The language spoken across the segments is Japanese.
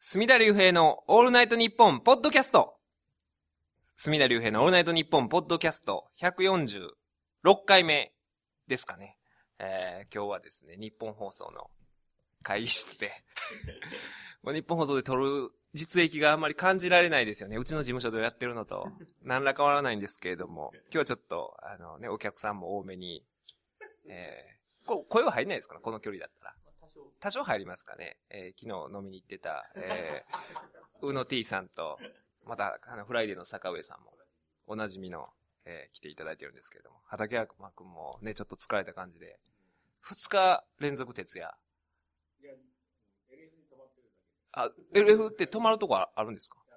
隅田隆平のオールナイトニッポンポッドキャスト。隅田隆平のオールナイトニッポンポッドキャスト146回目ですかね。今日はですね、日本放送の会議室で日本放送で撮る実益があんまり感じられないですよね。うちの事務所でやってるのと何ら変わらないんですけれども、今日はちょっとお客さんも多めに、声は入んないですかね、この距離だったら。多少入りますかね。昨日飲みに行ってた、うの T さんと、またフライデーの坂上さんもおなじみの、来ていただいてるんですけれども、畠山くんもねちょっと疲れた感じで2日連続徹夜。いや LF に止まってるだけ。LF って止まるとこあるんですか？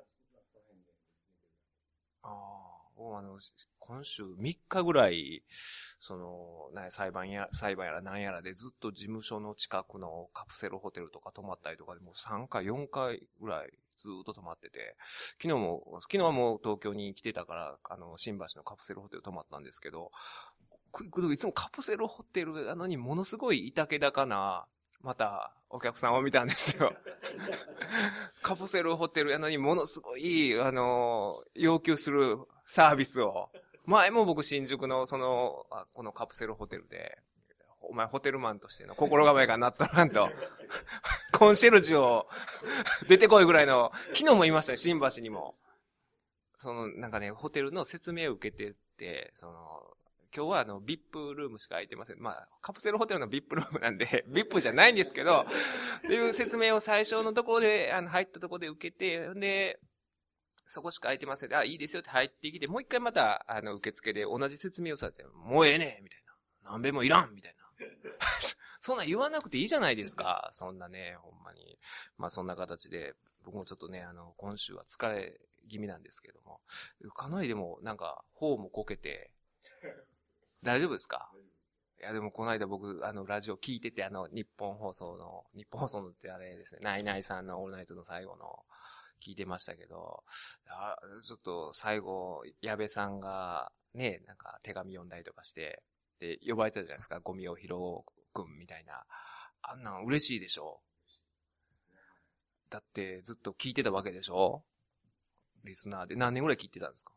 今週3日ぐらい、裁判やら何やらでずっと事務所の近くのカプセルホテルとか泊まったりとかでもう3回、4回ぐらいずっと泊まってて、昨日はもう東京に来てたから、新橋のカプセルホテル泊まったんですけど、いつもカプセルホテルなのにものすごいいたけだかな、またお客さんを見たんですよ。カプセルホテルやのにものすごい、要求するサービスを。前も僕新宿のこのカプセルホテルで、お前ホテルマンとしての心構えがなったらんと、コンシェルジュを出てこいぐらいの、昨日も言いましたね、新橋にも。なんかね、ホテルの説明を受けてて、今日はVIP ルームしか空いてません。まあ、カプセルホテルの VIP ルームなんで、VIP じゃないんですけど、っていう説明を最初のところで、入ったところで受けて、で、そこしか空いてません。いいですよって入ってきて、もう一回また、受付で同じ説明をされて、もうええねみたいな。何べもいらんみたいな。そんな言わなくていいじゃないですか。そんなね、ほんまに。まあそんな形で、僕もちょっとね、今週は疲れ気味なんですけども、かなりでも、なんか、頬もこけて、大丈夫ですか？いやでもこの間僕、ラジオ聞いてて、日本放送のってあれですね、ナイナイさんのオールナイトの最後の、聞いてましたけど、ちょっと最後、矢部さんがね、なんか手紙読んだりとかして、で、呼ばれたじゃないですか、ゴミを拾うくんみたいな。あんなん嬉しいでしょ？だってずっと聞いてたわけでしょ？リスナーで。何年ぐらい聞いてたんですか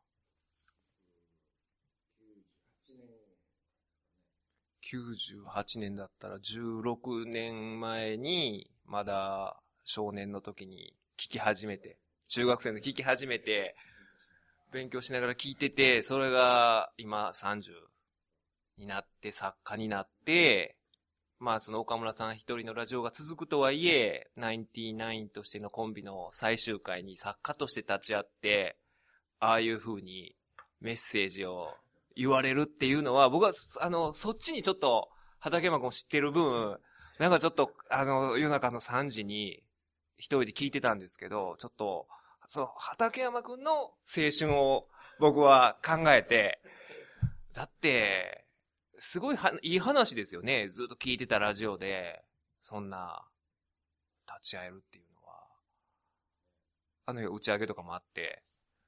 ？98年だったら16年前に、まだ少年の時に聞き始めて、中学生の聞き始めて、勉強しながら聞いてて、それが今30になって作家になって、まあ岡村さん一人のラジオが続くとはいえ、ナインティナインとしてのコンビの最終回に作家として立ち会って、ああいう風にメッセージを言われるっていうのは、僕はそっちにちょっと畠山君を知ってる分、なんかちょっと夜中の3時に一人で聞いてたんですけど、ちょっと畠山君の青春を僕は考えて、だってすごいいい話ですよね。ずっと聞いてたラジオでそんな立ち会えるっていうのは、打ち上げとかもあって。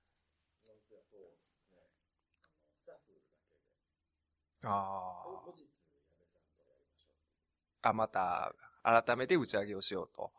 また改めて打ち上げをしようと。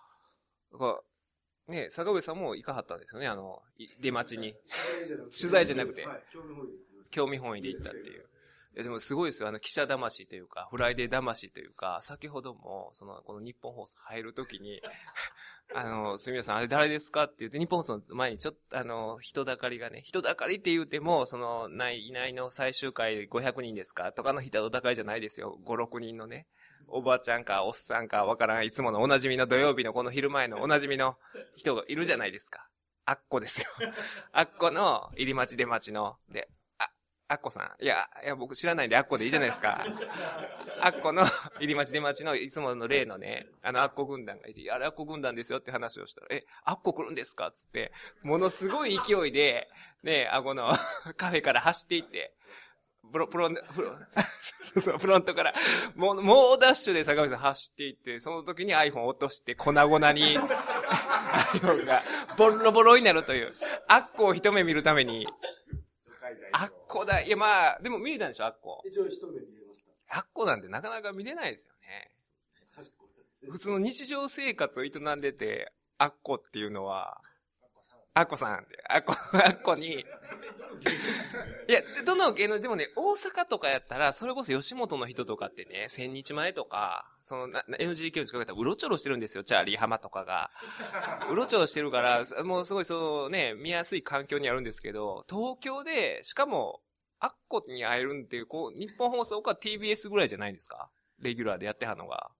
ね、坂上さんも行かはったんですよね、出待ちに。取材じゃなくて、興味本位で行ったっていう。でもすごいですよ、記者魂というか、フライデー魂というか、先ほども、この日本放送入るときに、すみません、あれ誰ですかって言って、日本放送の前にちょっと人だかりがね、人だかりって言うても、いないの最終回500人ですかとかの人だかりじゃないですよ。5、6人のね、おばちゃんかおっさんかわからん、いつものおなじみの土曜日のこの昼前のおなじみの人がいるじゃないですか。あっこですよ。あっこの入り待ち出待ちの、で、あっこさん。いや、僕知らないんであっこでいいじゃないですか。あっこの入り待ち出待ちのいつもの例のね、あっこ軍団がいて、あれあっこ軍団ですよって話をしたら、あっこ来るんですかつって、ものすごい勢いで、ね、のカフェから走っていって、フロントから、もうダッシュで坂上さん走っていって、その時に iPhone 落として粉々に、iPhone がボロボロになるという、あっこを一目見るために、あっこだ。いや、まあ、でも見れたんでしょ、あっこ。 一応一目見れました。 あっこなんてなかなか見れないですよね。普通の日常生活を営んでて、 アッコっていうのは、アッコさんで、アッコに、いや、どの芸能でもね、大阪とかやったら、それこそ吉本の人とかってね、千日前とか、NGK の近くやったらうろちょろしてるんですよ、チャーリー浜とかが。うろちょろしてるから、もうすごい見やすい環境にあるんですけど、東京で、しかも、アッコに会えるんっていう、日本放送か TBS ぐらいじゃないんですか？レギュラーでやってはんのが。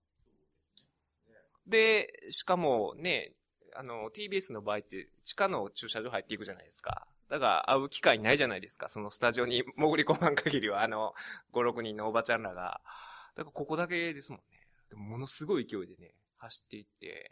で、しかもね、TBS の場合って地下の駐車場入っていくじゃないですか。だから会う機会ないじゃないですか。そのスタジオに潜り込まん限りは、5、6人のおばちゃんらが。だからここだけですもんね。でもものすごい勢いでね、走っていって、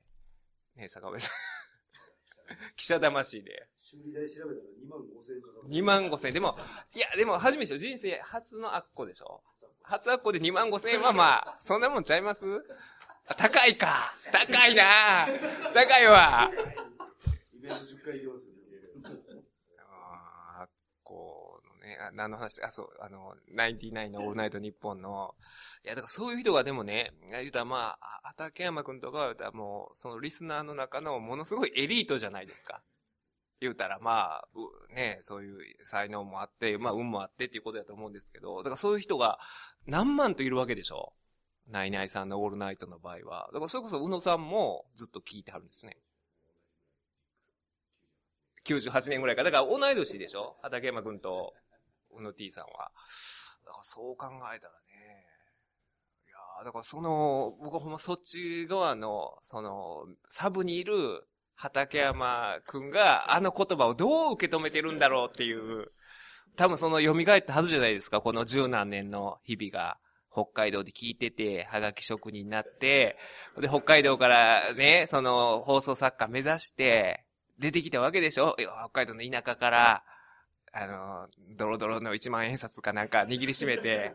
ね、坂上さん。記者魂で。 修理代調べたら25,000円かかる。 25,000円。でも初めてでしょ？人生初のアッコでしょ？初アッコで25,000円はまあ、そんなもんちゃいます？高いか。高いな。高いわ。 イベント10回行きますよ。 アッコのね、何の話、ナインティナインのオールナイトニッポンの、いや、だからそういう人がでもね、言うたらまあ、畠山くんとかは言うたらもう、そのリスナーの中のものすごいエリートじゃないですか。言うたらまあ、ね、そういう才能もあって、まあ運もあってっていうことだと思うんですけど、だからそういう人が何万といるわけでしょ？ナイナイさんのオールナイトの場合は。だからそれこそ宇野さんもずっと聞いてはるんですね。98年ぐらいか。だから同い年でしょ？畠山くんと宇野 T さんは。だからそう考えたらね。いやだから僕はほんまそっち側の、サブにいる畠山くんがあの言葉をどう受け止めてるんだろうっていう、多分蘇ったはずじゃないですか。この十何年の日々が。北海道で聞いてて、はがき職人になって、で、北海道からね、放送作家目指して、出てきたわけでしょ？北海道の田舎から、ドロドロの1万円札かなんか握りしめて、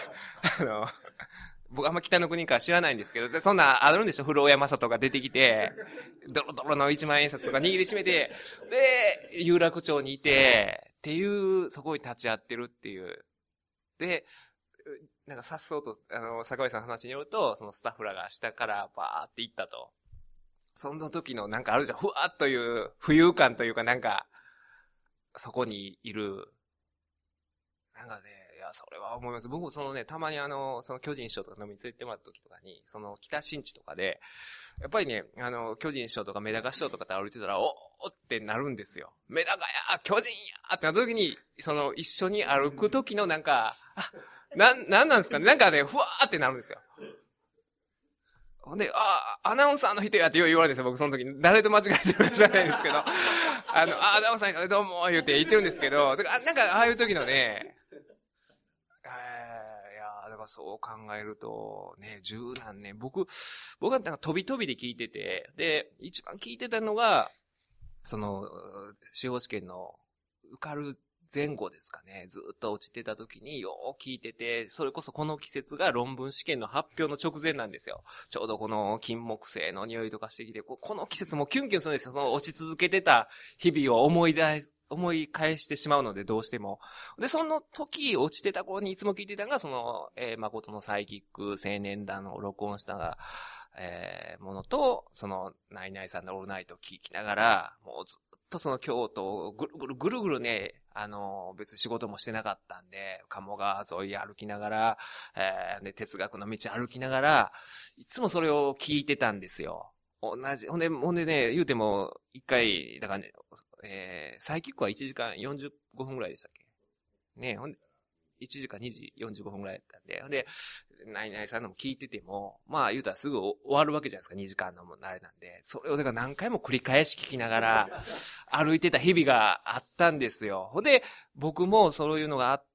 僕あんま北の国から知らないんですけど、でそんなあるんでしょ？古尾山里が出てきて、ドロドロの1万円札とか握りしめて、で、有楽町にいて、っていう、そこに立ち会ってるっていう。で、なんかさっそうと、坂上さんの話によると、そのスタッフらが下からバーって行ったと。その時のなんかあるじゃん、ふわっという浮遊感というかなんか、そこにいる、なんかね、いや、それは思います。僕たまに巨人師匠とか飲みに連れてもらった時とかに、北新地とかで、やっぱりね、巨人師匠とかメダカ師匠とかって歩いてたら、おーってなるんですよ。メダカや巨人やってなった時に、一緒に歩く時のなんか、なんなんですかね、なんかね、ふわーってなるんですよ。ほんで、アナウンサーの人やって言われるんですよ、僕その時。誰と間違えてるか知らないんですけど。アナウンサーの人どうも言ってるんですけど、だからなんかああいう時のね、いやだからそう考えると、ね、十何年、僕はなんか飛び飛びで聞いてて、で、一番聞いてたのが、司法試験の受かる前後ですかね、ずっと落ちてた時によう聞いてて、それこそこの季節が論文試験の発表の直前なんですよ。ちょうどこの金木犀の匂いとかしてきて、この季節もキュンキュンするんですよ。落ち続けてた日々を思い返してしまうので、どうしても。で、その時、落ちてた頃にいつも聞いてたのが、誠のサイキック青年団を録音したものと、ナイナイさんのオールナイトを聞きながら、もうずっと京都をぐるぐるね、別に仕事もしてなかったんで、鴨川沿い歩きながら、で、哲学の道歩きながら、いつもそれを聞いてたんですよ。ほんでね、言うても、一回、だからね、サイキックは1時間45分ぐらいでしたっけね、ほんで、1時間2時45分ぐらいだったんで、ほんで、ナイナイさんのも聞いてても、まあ言うたらすぐ終わるわけじゃないですか、2時間のもあれなんで。それをだから何回も繰り返し聞きながら、歩いてた日々があったんですよ。ほんで、僕もそういうのがあって、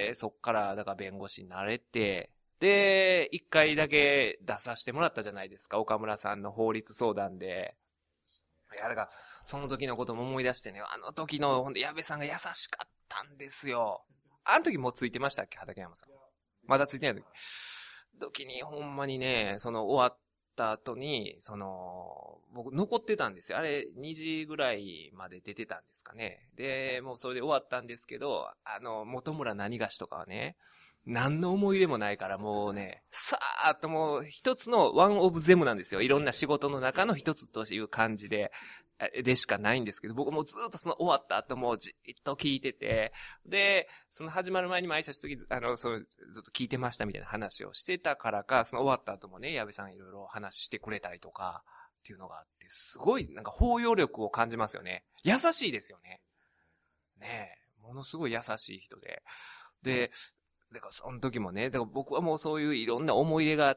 そっからだから弁護士になれて、で、1回だけ出させてもらったじゃないですか、岡村さんの法律相談で。いや、だから、その時のことも思い出してね、あの時の、ほんで、矢部さんが優しかったんですよ。あの時もうついてましたっけ、畠山さん。まだついてない時に、ほんまにね、終わった後に、僕残ってたんですよ。あれ、2時ぐらいまで出てたんですかね。で、もうそれで終わったんですけど、本村何がしとかはね、 何の思い入れもないからもうね、さーっともう一つのワンオブゼムなんですよ。いろんな仕事の中の一つという感じでしかないんですけど、僕もずっとその終わった後もじっと聞いてて、で、その始まる前にも挨拶した時ずっと聞いてましたみたいな話をしてたからか、その終わった後もね、矢部さんいろいろ話してくれたりとかっていうのがあって、すごいなんか包容力を感じますよね。優しいですよね。ねえ、ものすごい優しい人で。で、だからその時もね、だから僕はもうそういういろんな思い出があって、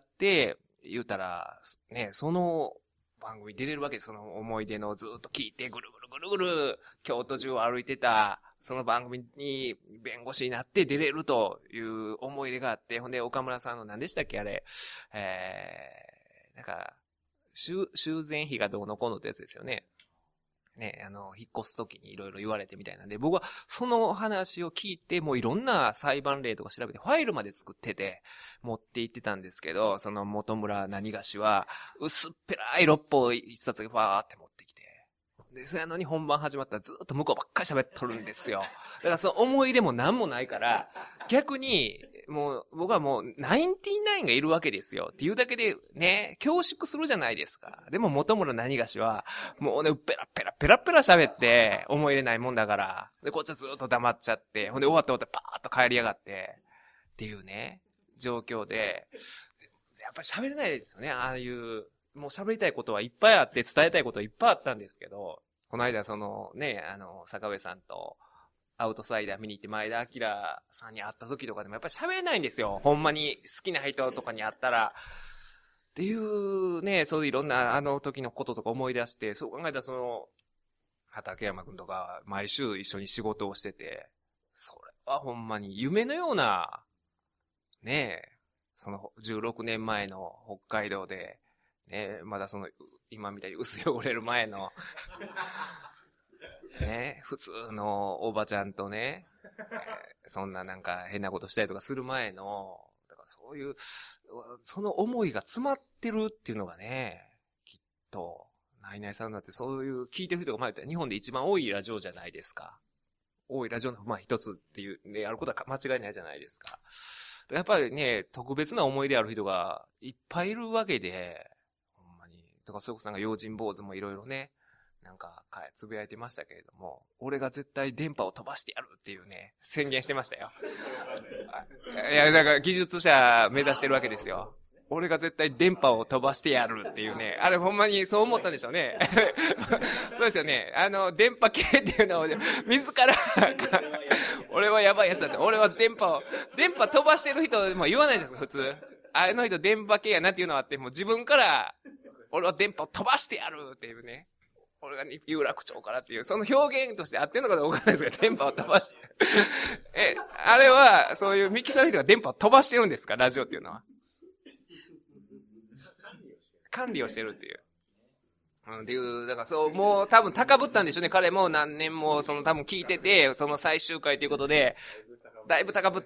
言うたら、ね、その番組出れるわけです。その思い出のずっと聞いてぐるぐるぐるぐる京都中を歩いてた、その番組に弁護士になって出れるという思い出があって、ほんで岡村さんの何でしたっけあれ、なんか、修繕費がどうのこうのってやつですよね。ね、引っ越すときにいろいろ言われてみたいなんで、僕はその話を聞いて、もういろんな裁判例とか調べて、ファイルまで作ってて、持って行ってたんですけど、その本村何がしは、薄っぺらい6本一冊がバーって持ってきて、で、それなのに本番始まったらずっと向こうばっかり喋っとるんですよ。だからその思い出も何もないから、逆に、もう、僕はもう、ナインティナインがいるわけですよ。っていうだけで、ね、恐縮するじゃないですか。でも、元村何がしは、もうね、ペラペラ喋って、思い入れないもんだから。で、こっちはずっと黙っちゃって、ほんで終わってパーッと帰りやがって、っていうね、状況で、やっぱり喋れないですよね。ああいう、もう喋りたいことはいっぱいあって、伝えたいことはいっぱいあったんですけど、この間そのね、坂上さんと、アウトサイダー見に行って前田明さんに会った時とかでもやっぱり喋れないんですよ。ほんまに好きな人とかに会ったら。っていうね、そういういろんなあの時のこととか思い出して、そう考えたらその、畠山くんとか毎週一緒に仕事をしてて、それはほんまに夢のような、ねえ、その16年前の北海道で、ねえ、まだその、今みたいに薄汚れる前の、ね、普通のおばちゃんとね、そんななんか変なことしたりとかする前の、だからそういう、その思いが詰まってるっていうのがね、きっと、ナイナイさんだってそういう聞いてる人が前って日本で一番多いラジオじゃないですか。多いラジオのまあ一つっていうね、やることは間違いないじゃないですか。やっぱりね、特別な思い出ある人がいっぱいいるわけで、ほんまに。だからそれこそなんか用心坊主もいろいろね、なんか、つぶやいてましたけれども、俺が絶対電波を飛ばしてやるっていうね、宣言してましたよ。いや、だから技術者目指してるわけですよ。俺が絶対電波を飛ばしてやるっていうね。あれほんまにそう思ったんでしょうね。そうですよね。電波系っていうのを、自ら、俺はやばいやつだって。俺は電波飛ばしてる人も言わないじゃないですか、普通。あの人電波系やなっていうのはあって、もう自分から、俺は電波を飛ばしてやるっていうね。俺が有楽町からっていう、その表現として合ってんのかどうかわかんないですけど、電波を飛ばして。あれは、そういうミキサーの人が電波を飛ばしてるんですか、ラジオっていうのは。管理をしてるっていう。っていう、だからそう、もう多分高ぶったんでしょうね。彼も何年も、多分聞いてて、その最終回ということで、だいぶ高ぶって、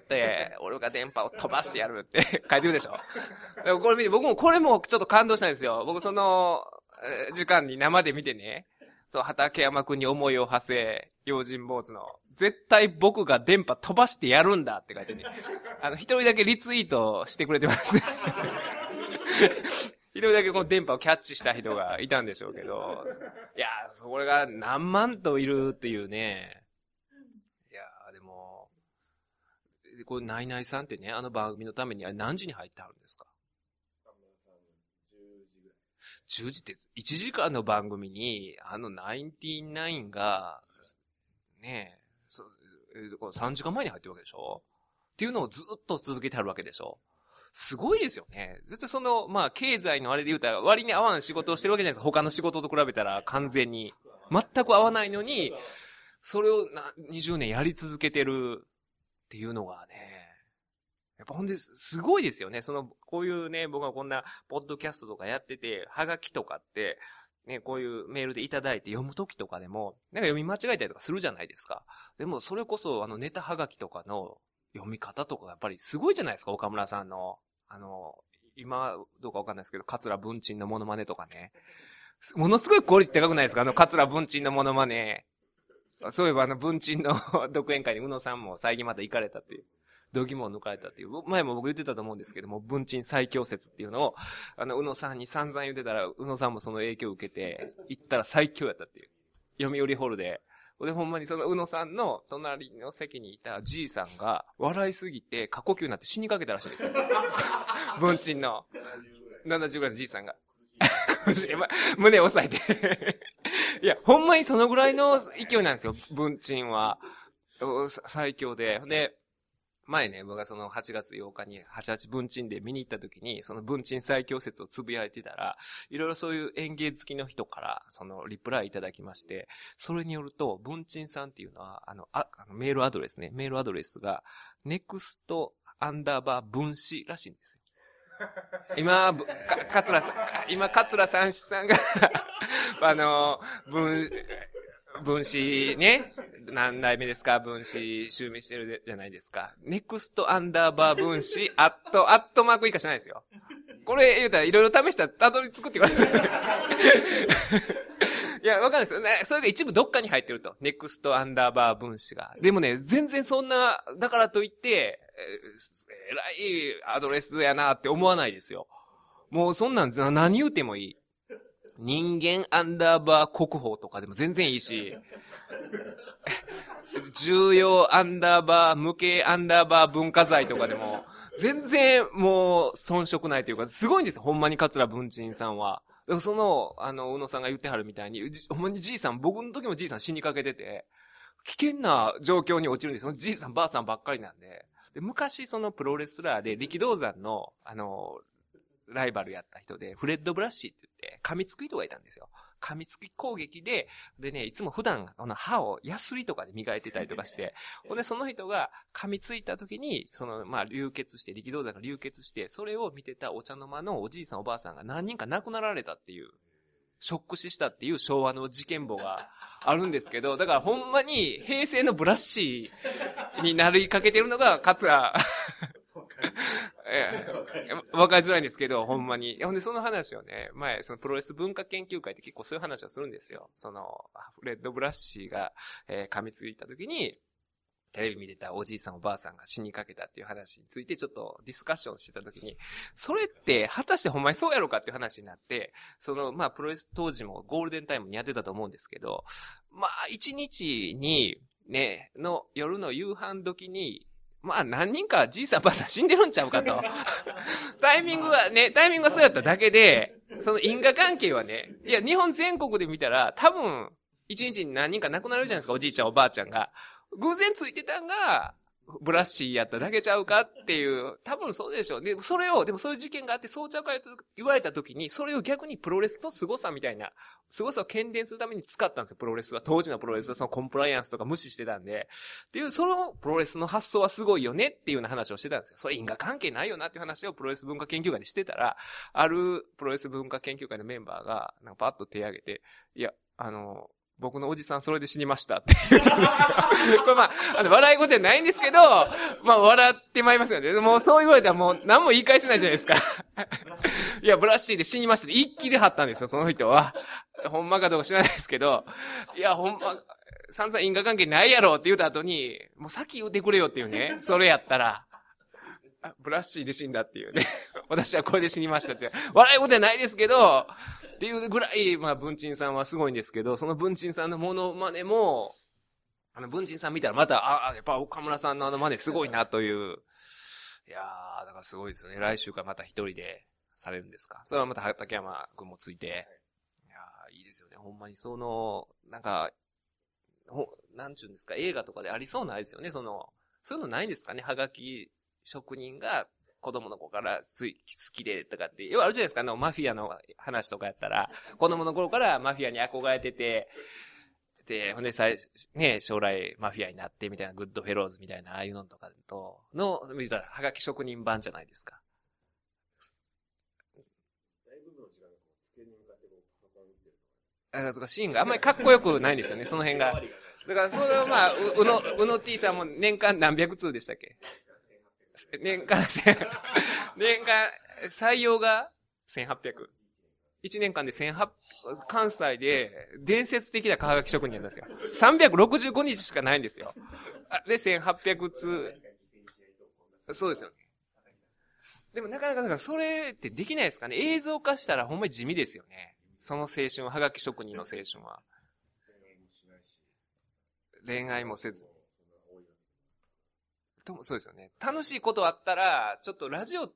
俺が電波を飛ばしてやるって書いてるでしょ。これ見て、僕もこれもちょっと感動したんですよ。僕その、時間に生で見てね、そう、畠山くんに思いを馳せ、用心坊主の、絶対僕が電波飛ばしてやるんだって書いてね。一人だけリツイートしてくれてますね。一人だけこの電波をキャッチした人がいたんでしょうけど、いや、それが何万といるっていうね。いや、でも、これナイナイさんってね、あの番組のためにあれ何時に入ってはるんですか？10時って1時間の番組に、ナインティナインが、ねえ、3時間前に入ってるわけでしょっていうのをずっと続けてはるわけでしょ。すごいですよね。ずっとその、まあ、経済のあれで言うたら割に合わん仕事をしてるわけじゃないですか。他の仕事と比べたら完全に。全く合わないのに、それを20年やり続けてるっていうのがね、やっぱほんですごいですよね。こういうね、僕はこんなポッドキャストとかやってて、はがきとかって、ね、こういうメールでいただいて読むときとかでも、なんか読み間違えたりとかするじゃないですか。でもそれこそネタはがきとかの読み方とかやっぱりすごいじゃないですか、岡村さんの。今、どうかわかんないですけど、桂文鎮のモノマネとかね。ものすごいクオリティ高くないですか、桂文鎮のモノマネ。そういえば文鎮の独演会に宇野さんも最近また行かれたっていう。 度肝を抜かれたっていう、前も僕言ってたと思うんですけども、文鎮最強説っていうのを、宇野さんに散々言ってたら、宇野さんもその影響を受けて、行ったら最強やったっていう。読売ホールで。で、ほんまにその宇野さんの隣の席にいたじいさんが、笑いすぎて過呼吸になって死にかけたらしいんですよ。文鎮の。70ぐらいのじいさんが。胸を押さえて。いや、ほんまにそのぐらいの勢いなんですよ、文鎮は。最強で。で、前ね、僕がその8月8日に88文鎮で見に行った時に、その文鎮最強説をつぶやいてたら、いろいろそういう演芸好きの人から、そのリプライいただきまして、それによると、文鎮さんっていうのは、メールアドレスね、メールアドレスが、next_分子らしいんですよ。今、桂三枝さんが、分子ね、何代目ですか分子襲名してるじゃないですか。next_分子アットマーク以下しないですよ。これ言うたらいろいろ試したらたどり着くって言われてる。いや、わかんないですよね。それが一部どっかに入ってると。next_分子が。でもね、全然そんな、だからといって、えらいアドレスやなって思わないですよ。もうそんなん何言うてもいい。人間_国宝とかでも全然いいし、重要_無形_文化財とかでも、全然もう遜色ないというか、すごいんですよ、ほんまに桂文鎮さんは。その、宇野さんが言ってはるみたいに、ほんまにじいさん、僕の時もじいさん死にかけてて、危険な状況に落ちるんですよ。じいさんばあさんばっかりなんで。で、昔そのプロレスラーで力道山の、ライバルやった人で、フレッド・ブラッシーって言って、噛みつく人がいたんですよ。噛みつき攻撃で、でね、いつも普段、歯をヤスリとかで磨いてたりとかして、ほんで、その人が噛みついた時に、流血して、力道山が流血して、それを見てたお茶の間のおじいさんおばあさんが何人か亡くなられたっていう、ショック死したっていう昭和の事件簿があるんですけど、だからほんまに平成のブラッシーになりかけてるのが桂、わかりづらいんですけど、ほんまに。ほんで、その話をね、前、そのプロレス文化研究会って結構そういう話をするんですよ。フレッド・ブラッシーが、噛みついた時に、テレビ見てたおじいさんおばあさんが死にかけたっていう話についてちょっとディスカッションしてた時に、それって果たしてほんまにそうやろかっていう話になって、プロレス当時もゴールデンタイムにやってたと思うんですけど、一日に、ね、夜の夕飯時に、何人かじいさんばあさん死んでるんちゃうかと。タイミングがそうやっただけで、その因果関係はね、いや、日本全国で見たら、多分、一日に何人か亡くなるじゃないですか、おじいちゃんおばあちゃんが。偶然ついてたんが、ブラッシーやっただけちゃうかっていう、多分そうでしょう。でもそういう事件があってそうちゃうかと言われた時に、それを逆にプロレスの凄さみたいな、凄さを喧伝するために使ったんですよ、プロレスは。当時のプロレスはそのコンプライアンスとか無視してたんで。っていう、そのプロレスの発想はすごいよねっていうような話をしてたんですよ。それ因果関係ないよなっていう話をプロレス文化研究会でしてたら、あるプロレス文化研究会のメンバーが、パッと手を挙げて、いや、僕のおじさんそれで死にましたって言ったんですよ。これ笑い事じゃないんですけど、笑ってまいりますよね。もうそう言われたらもう何も言い返せないじゃないですか。いや、ブラッシーで死にましたって言い切りはったんですよ、その人は。ほんまかどうか知らないですけど、いや、ほんま、散々因果関係ないやろって言った後に、もう先言うてくれよっていうね、それやったら、ブラッシーで死んだっていうね。私はこれで死にましたって。笑い事じゃないですけど、っていうぐらい、文鎮さんはすごいんですけど、その文鎮さんのモノマネも、文鎮さん見たらまた、やっぱ岡村さんの真似すごいなという。いやー、だからすごいですよね。来週からまた一人でされるんですか。それはまた畠山くんもついて。いやー、いいですよね。ほんまになんちゅうんですか、映画とかでありそうないですよね。そういうのないんですかね。はがき職人が子供の子から好きでとかって、要はあるじゃないですか、マフィアの話とかやったら、子供の頃からマフィアに憧れてて、で、ほんで将来マフィアになってみたいな、グッドフェローズみたいな、ああいうのとか見たら、はがき職人版じゃないですか。大部分の時間が机に向かってパソコン見てるとか。シーンがあんまりかっこよくないんですよね、その辺が。だから、それはうの T さんも年間何百通でしたっけ？年間、採用が1800。1年間で1800、関西で伝説的なはがき職人なんですよ。365日しかないんですよ。で、1800通。 そうですよね。でもなかなか、だからそれってできないですかね。映像化したらほんまに地味ですよね。その青春は、はがき職人の青春は。恋愛もせず。そうですよね。楽しいことあったら、ちょっとラジオって、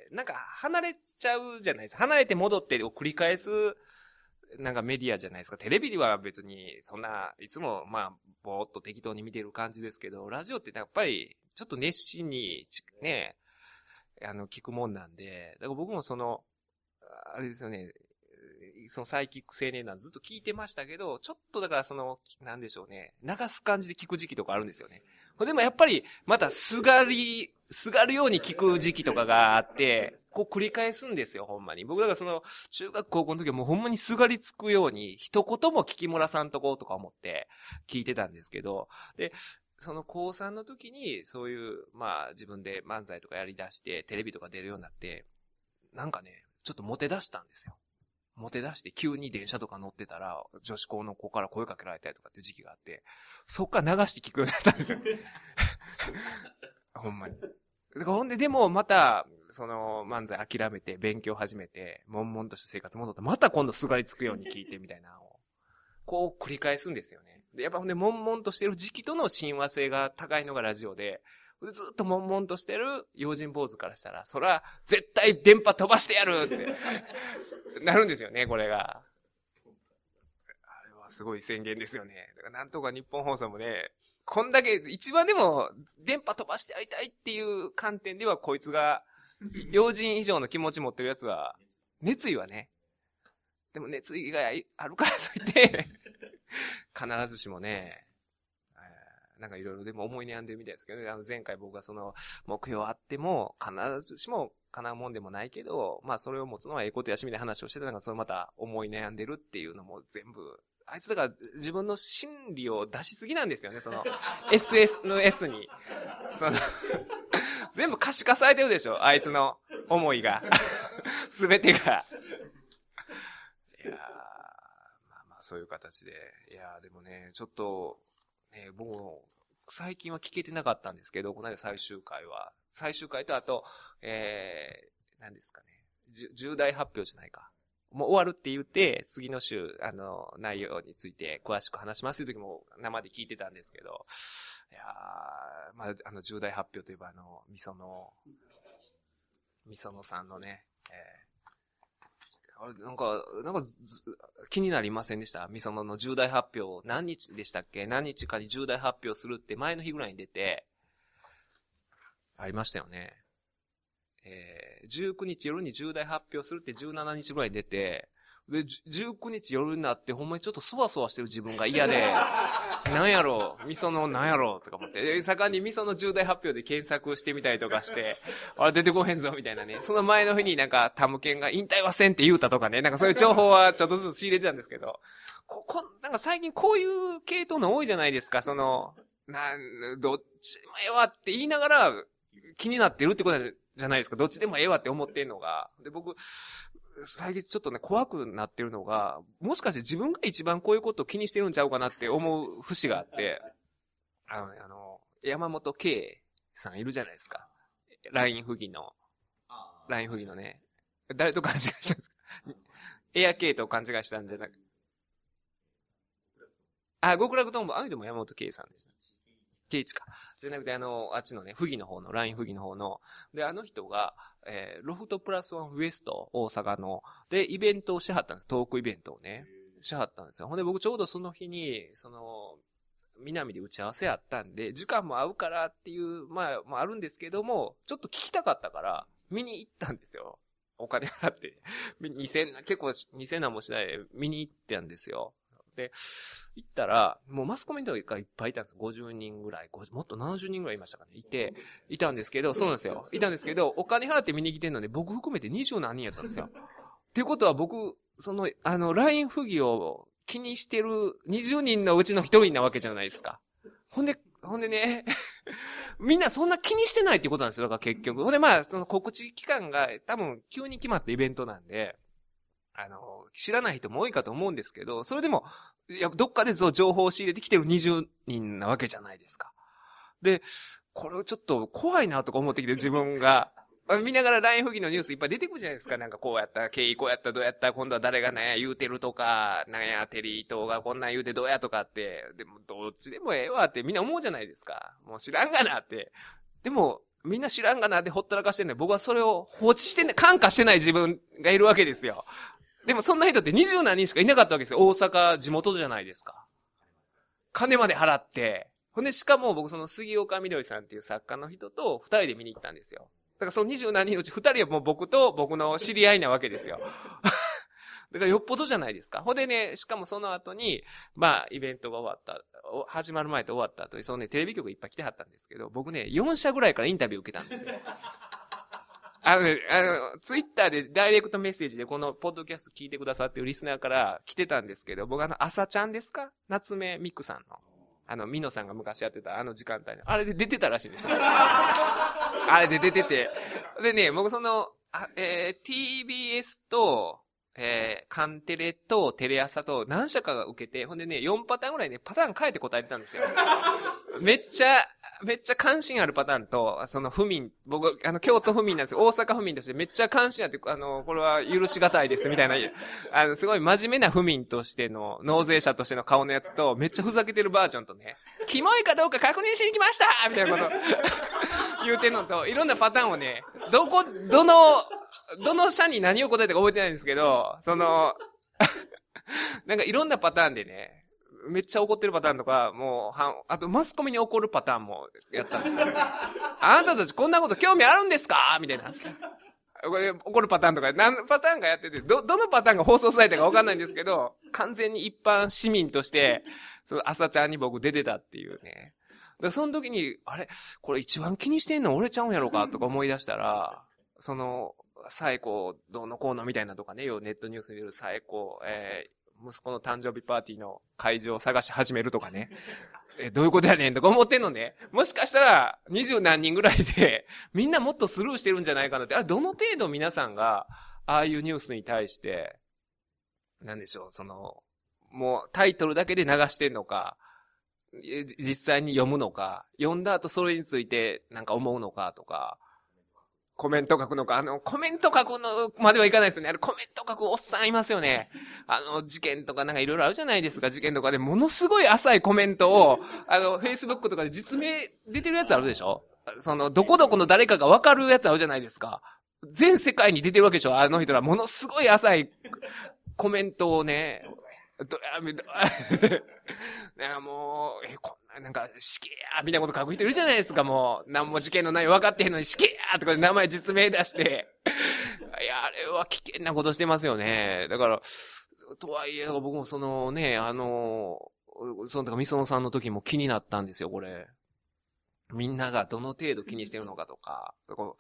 なんか離れちゃうじゃないですか。離れて戻ってを繰り返す、なんかメディアじゃないですか。テレビでは別に、そんな、いつも、まあ、ぼーっと適当に見てる感じですけど、ラジオってやっぱり、ちょっと熱心に、ね、聞くもんなんで、だから僕もあれですよね、そのサイキック青年団ずっと聞いてましたけど、ちょっとだからなんでしょうね、流す感じで聞く時期とかあるんですよね。でもやっぱり、またすがるように聞く時期とかがあって、こう繰り返すんですよ、ほんまに。僕だから中学高校の時はもうほんまにすがりつくように、一言も聞き漏らさんとこうとか思って聞いてたんですけど、で、高3の時に、そういう、まあ自分で漫才とかやり出して、テレビとか出るようになって、なんかね、ちょっとモテ出したんですよ。モテ出して急に電車とか乗ってたら、女子校の子から声かけられたりとかっていう時期があって、そっから流して聞くようになったんですよ。ほんまに。ほんで、でもまた、漫才諦めて、勉強始めて、悶々とした生活戻って、また今度すがりつくように聞いてみたいなのを、こう繰り返すんですよね。で、やっぱほんで、悶々としてる時期との親和性が高いのがラジオで、ずっと悶々としてる用心坊主からしたら、そら、絶対電波飛ばしてやるってなるんですよね、これが。あれはすごい宣言ですよね。だからなんとか日本放送もね、こんだけ、一番でも、電波飛ばしてやりたいっていう観点では、こいつが、用心以上の気持ち持ってるやつは、熱意はね、でも熱意があるからといって、必ずしもね、なんかいろいろでも思い悩んでるみたいですけどね。前回僕が目標あっても、必ずしも叶うもんでもないけど、まあそれを持つのはええことやしみたいな話をしてたのが、また思い悩んでるっていうのも全部、あいつだから自分の心理を出しすぎなんですよね、SS の S に。全部可視化されてるでしょ、あいつの思いが。すべてが。いやー、まあまあそういう形で。いやーでもね、ちょっと、僕も最近は聞けてなかったんですけど、この間最終回とあと、何ですかね、重大発表じゃないか。もう終わるって言って、次の週、内容について詳しく話しますという時も生で聞いてたんですけど、いやー、まあ、重大発表といえばみそのさんのね、なんか気になりませんでした？みその重大発表、何日でしたっけ？何日かに重大発表するって前の日ぐらいに出て、ありましたよね。19日夜に重大発表するって17日ぐらいに出て、で、19日夜になってほんまにちょっとそわそわしてる自分が嫌で、なんやろう、みそのなんやろうとか思って、盛んにみその重大発表で検索してみたりとかして、あれ出てこへんぞみたいなね。その前の日になんかタムケンが引退はせんって言うたとかね、なんかそういう情報はちょっとずつ仕入れてたんですけど、なんか最近こういう系統の多いじゃないですか、どっちもええわって言いながら気になってるってことじゃないですか。どっちでもええわって思ってんのが。で、僕、最近ちょっとね、怖くなってるのが、もしかして自分が一番こういうことを気にしてるんちゃうかなって思う節があって、山本圭さんいるじゃないですか。LINE 不義のね。誰と勘違いしたんですか？エアKと勘違いしたんじゃなく極楽とんぼ、でも山本圭さんでした。ケイチか。じゃなくてあっちのね、不義の方の、LINE 不義の方の。で、あの人が、ロフトプラスワンウエスト、大阪の、で、イベントをしはったんです。トークイベントをね。しはったんですよ。ほんで僕ちょうどその日に、南で打ち合わせあったんで、時間も合うからっていう、まああるんですけども、ちょっと聞きたかったから、見に行ったんですよ。お金払って。結構2000なんもしないで見に行ったんですよ。で、行ったら、もうマスコミとかいっぱいいたんですよ。50人ぐらい、もっと70人ぐらいいましたかね。いたんですけど、そうなんですよ。いたんですけど、お金払って見に来てんので、僕含めて20何人やったんですよ。っていうことは僕、LINE 不義を気にしてる20人のうちの1人なわけじゃないですか。ほんでね、みんなそんな気にしてないっていうことなんですよ。だから結局。ほんでまあ、その告知期間が多分急に決まったイベントなんで、知らない人も多いかと思うんですけど、それでも、どっかで情報を仕入れてきてる20人なわけじゃないですか。で、 これちょっと怖いなとか思ってきて自分が。見ながら LINE 不義のニュースいっぱい出てくるじゃないですか。なんかこうやった、経緯こうやった、どうやった、今度は誰がね、言うてるとか、なんや、テリー党がこんなん言うてどうやとかって、でもどっちでもええわってみんな思うじゃないですか。もう知らんがなって。でも、みんな知らんがなってほったらかしてんねん。僕はそれを放置してね、感化してない自分がいるわけですよ。でもそんな人って20何人しかいなかったわけですよ。大阪地元じゃないですか。金まで払って。ほんで、しかも僕その杉岡みどりさんっていう作家の人と2人で見に行ったんですよ。だからその20何人のうち2人はもう僕と僕の知り合いなわけですよ。だからよっぽどじゃないですか。ほんでね、しかもその後に、まあ、イベントが終わった、始まる前と終わった後に、そのね、テレビ局いっぱい来てはったんですけど、僕ね、4社ぐらいからインタビュー受けたんですよ。ツイッターでダイレクトメッセージでこのポッドキャスト聞いてくださっていうリスナーから来てたんですけど、僕朝ちゃんですか？夏目ミクさんの。ミノさんが昔やってた時間帯の。あれで出てたらしいんですよ。あれで出てて。でね、僕TBS と、カンテレとテレ朝と何社かが受けて、ほんでね、4パターンぐらいね、パターン変えて答えてたんですよ。めっちゃ関心あるパターンと、府民、僕、京都府民なんですよ。大阪府民としてめっちゃ関心あって、これは許しがたいです、みたいな、すごい真面目な府民としての、納税者としての顔のやつと、めっちゃふざけてるバージョンとね、キモいかどうか確認しに来ましたみたいなこと言うてんのと、いろんなパターンをね、どの社に何を答えたか覚えてないんですけど、なんかいろんなパターンでね、めっちゃ怒ってるパターンとか、あとマスコミに怒るパターンもやったんですよ。あなたたちこんなこと興味あるんですかみたいな。これ怒るパターンとか、何パターンかやってて、どのパターンが放送されたかわかんないんですけど、完全に一般市民として、朝ちゃんに僕出てたっていうね。だからその時に、これ一番気にしてんの俺ちゃうんやろかとか思い出したら、最高どうのこうのみたいなとかね、ネットニュースに出る最高、息子の誕生日パーティーの会場を探し始めるとかね。どういうことやねんとか思ってんのね。もしかしたら20何人ぐらいでみんなもっとスルーしてるんじゃないかなって。どの程度皆さんがああいうニュースに対して、なんでしょう、もうタイトルだけで流してんのか、実際に読むのか、読んだ後それについてなんか思うのかとか、コメント書くのか、コメント書くのまではいかないですよね。コメント書くおっさんいますよね。事件とかなんかいろいろあるじゃないですか。事件とかでものすごい浅いコメントを、Facebook とかで実名出てるやつあるでしょ？どこどこの誰かがわかるやつあるじゃないですか。全世界に出てるわけでしょ？あの人らものすごい浅いコメントをね、なんかもう、こんな、なんか、死刑やみたいなこと書く人いるじゃないですか、もう。何も事件の内容分かってへんのに死刑やとかで名前実名出して。いや、あれは危険なことしてますよね。だから、とはいえ、僕もみそのさんの時も気になったんですよ、これ。みんながどの程度気にしてるのかとか。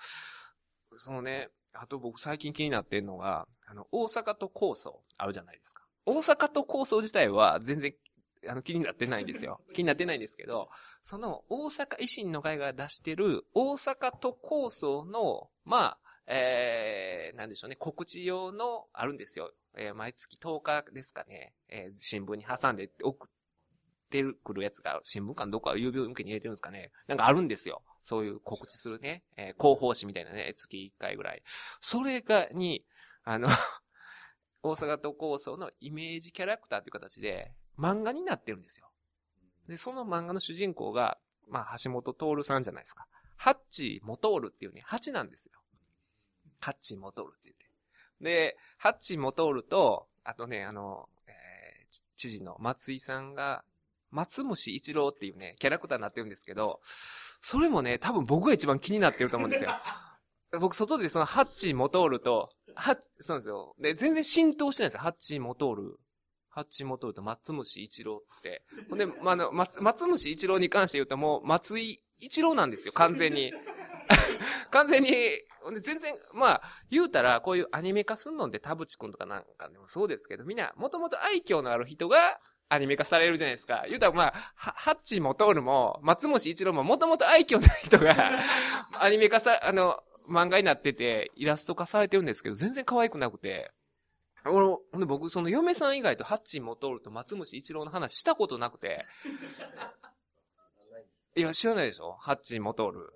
あと僕最近気になってるのが、大阪都構想あるじゃないですか。大阪都構想自体は全然気になってないんですよ。気になってないんですけど、大阪維新の会が出してる大阪都構想の、なんでしょうね、告知用のあるんですよ。毎月10日ですかね、新聞に挟んで送ってくるやつが、新聞館どこか郵便受けに入れてるんですかね。なんかあるんですよ。そういう告知するね、広報誌みたいなね、月1回ぐらい。それに、大阪都構想のイメージキャラクターという形で漫画になってるんですよ。で、その漫画の主人公が、橋本徹さんじゃないですか。ハッチモトールっていうね、ハチなんですよ。ハッチモトールって言って。で、ハッチモトールと、あとね、知事の松井さんが、松虫一郎っていうね、キャラクターになってるんですけど、それもね、多分僕が一番気になってると思うんですよ。僕、外でハッチモトールと、そうなんですよ。で、全然浸透してないんですよ。ハッチモトールと松虫一郎って。ほんで、松虫一郎に関して言うともう、松井一郎なんですよ、完全に。完全に、全然、言うたら、こういうアニメ化すんのって田淵くんとかなんかでもそうですけど、みんな、もともと愛嬌のある人が、アニメ化されるじゃないですか。言うたらハッチモトールも、松虫一郎ももともと愛嬌のある人が、アニメ化漫画になってて、イラスト化されてるんですけど、全然可愛くなくて。僕、嫁さん以外とハッチモトールと松虫一郎の話したことなくて。 いや、知らないでしょハッチモトール。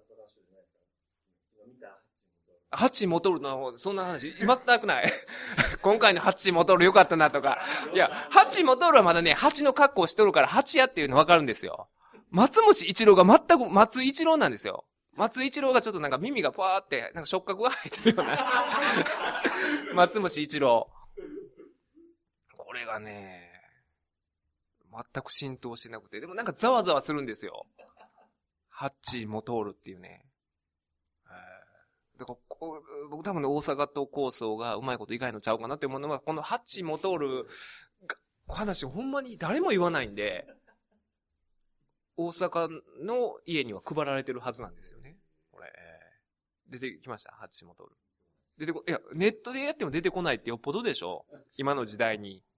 ハッチモトールの方、そんな話、全くない。今回のハッチモトール良かったなとか。いや、ハッチモトールはまだね、ハチの格好しとるからハチやっていうの分かるんですよ。松虫一郎が全く松一郎なんですよ。松一郎がちょっとなんか耳がパーって、なんか触覚が入ってるような。松虫一郎。これがね、全く浸透してなくて、でもなんかざわざわするんですよ。ハッチモトールっていうね。だから僕多分ね、大阪と構想がうまいこと以外のちゃうかなって思うのは、このハッチモトールが、話ほんまに誰も言わないんで、大阪の家には配られてるはずなんですよね。これ、出てきましたハッチモトール。いや、ネットでやっても出てこないってよっぽどでしょ今の時代に。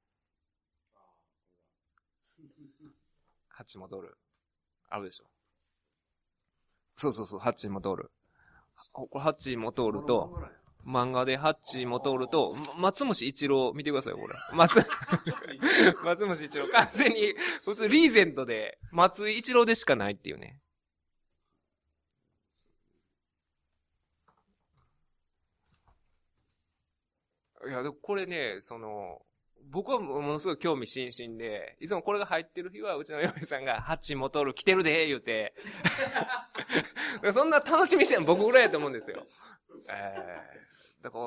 ハッチモトール。あるでしょそうそうそう、ハッチモトール。これハッチモトールと、漫画でハッチモトールと、松虫一郎、見てくださいよ、これ。松虫一郎、完全に、普通リーゼントで、松一郎でしかないっていうね。いや、でもこれね、僕はものすごい興味津々で、いつもこれが入ってる日は、うちの嫁さんが、ハッチモトール着てるで、言うて。そんな楽しみしてるの僕ぐらいやと思うんですよ。だから、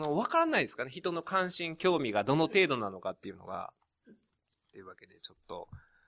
わからないですかね。人の関心、興味がどの程度なのかっていうのが。というわけで、ちょっと、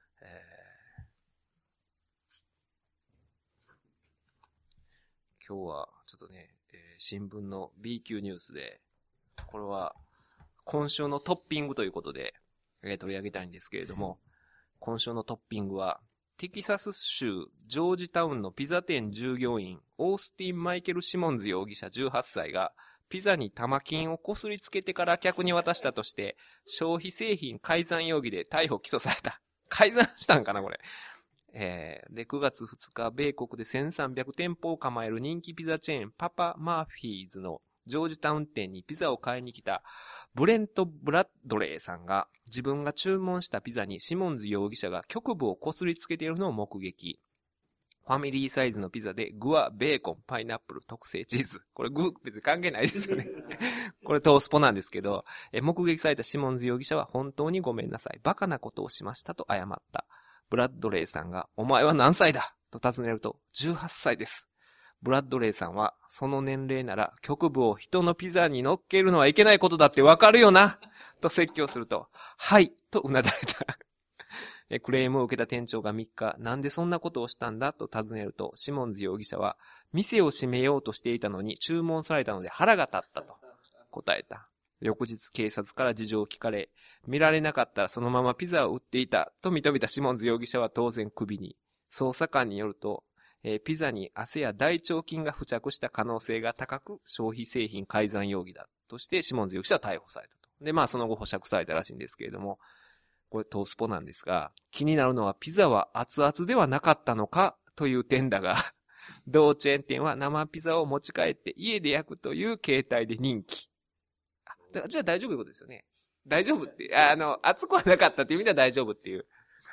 今日は、ちょっとね、新聞の B 級ニュースで、これは、今週のトッピングということで、取り上げたいんですけれども、今週のトッピングは、テキサス州ジョージタウンのピザ店従業員、オースティン・マイケル・シモンズ容疑者18歳が、ピザに玉金をこすりつけてから客に渡したとして、消費製品改ざん容疑で逮捕・起訴された。改ざんしたんかな、これ。で、9月2日、米国で1300店舗を構える人気ピザチェーン、パパ・マーフィーズのジョージタウン店にピザを買いに来たブレント・ブラッドレーさんが自分が注文したピザにシモンズ容疑者が局部をこすりつけているのを目撃。ファミリーサイズのピザで具はベーコン、パイナップル、特製チーズ。これ具別に関係ないですよね。これトースポなんですけど、目撃されたシモンズ容疑者は本当にごめんなさい。バカなことをしましたと謝った。ブラッドレーさんが、お前は何歳だと尋ねると、18歳です。ブラッドレーさんは、その年齢なら局部を人のピザに乗っけるのはいけないことだってわかるよなと説教すると、はい、とうなだれた。クレームを受けた店長が3日、なんでそんなことをしたんだと尋ねると、シモンズ容疑者は、店を閉めようとしていたのに注文されたので腹が立ったと答えた。翌日警察から事情を聞かれ、見られなかったらそのままピザを売っていたと認めたシモンズ容疑者は当然クビに。捜査官によると、ピザに汗や大腸菌が付着した可能性が高く、消費製品改ざん容疑だとしてシモンズ容疑者は逮捕されたと。で、その後保釈されたらしいんですけれども、これトースポなんですが、気になるのはピザは熱々ではなかったのかという点だが、同チェーン店は生ピザを持ち帰って家で焼くという形態で人気。じゃあ大丈夫いうことですよね。大丈夫って、熱くはなかったっていう意味では大丈夫っていう。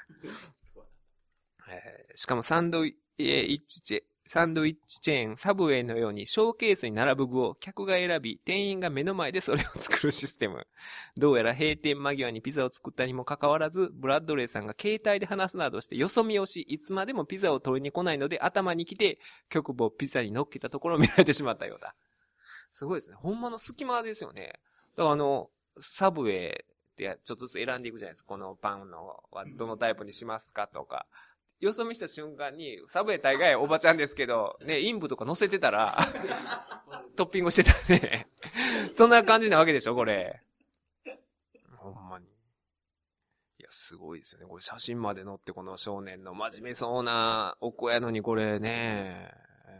しかもサンドイッチチェーン、サブウェイのようにショーケースに並ぶ具を客が選び、店員が目の前でそれを作るシステム。どうやら閉店間際にピザを作ったにもかかわらず、ブラッドレーさんが携帯で話すなどしてよそ見をし、いつまでもピザを取りに来ないので頭に来て、局部をピザに乗っけたところを見られてしまったようだ。すごいですね。ほんまの隙間ですよね。だからサブウェイってちょっとずつ選んでいくじゃないですか。このパンのはどのタイプにしますかとか。よそ見した瞬間に、サブウェイ大概おばちゃんですけど、ね、インブとか乗せてたら、トッピングしてたね。そんな感じなわけでしょ、これ。ほんまに。いや、すごいですよね。これ写真まで載ってこの少年の真面目そうなお子やのにこれね、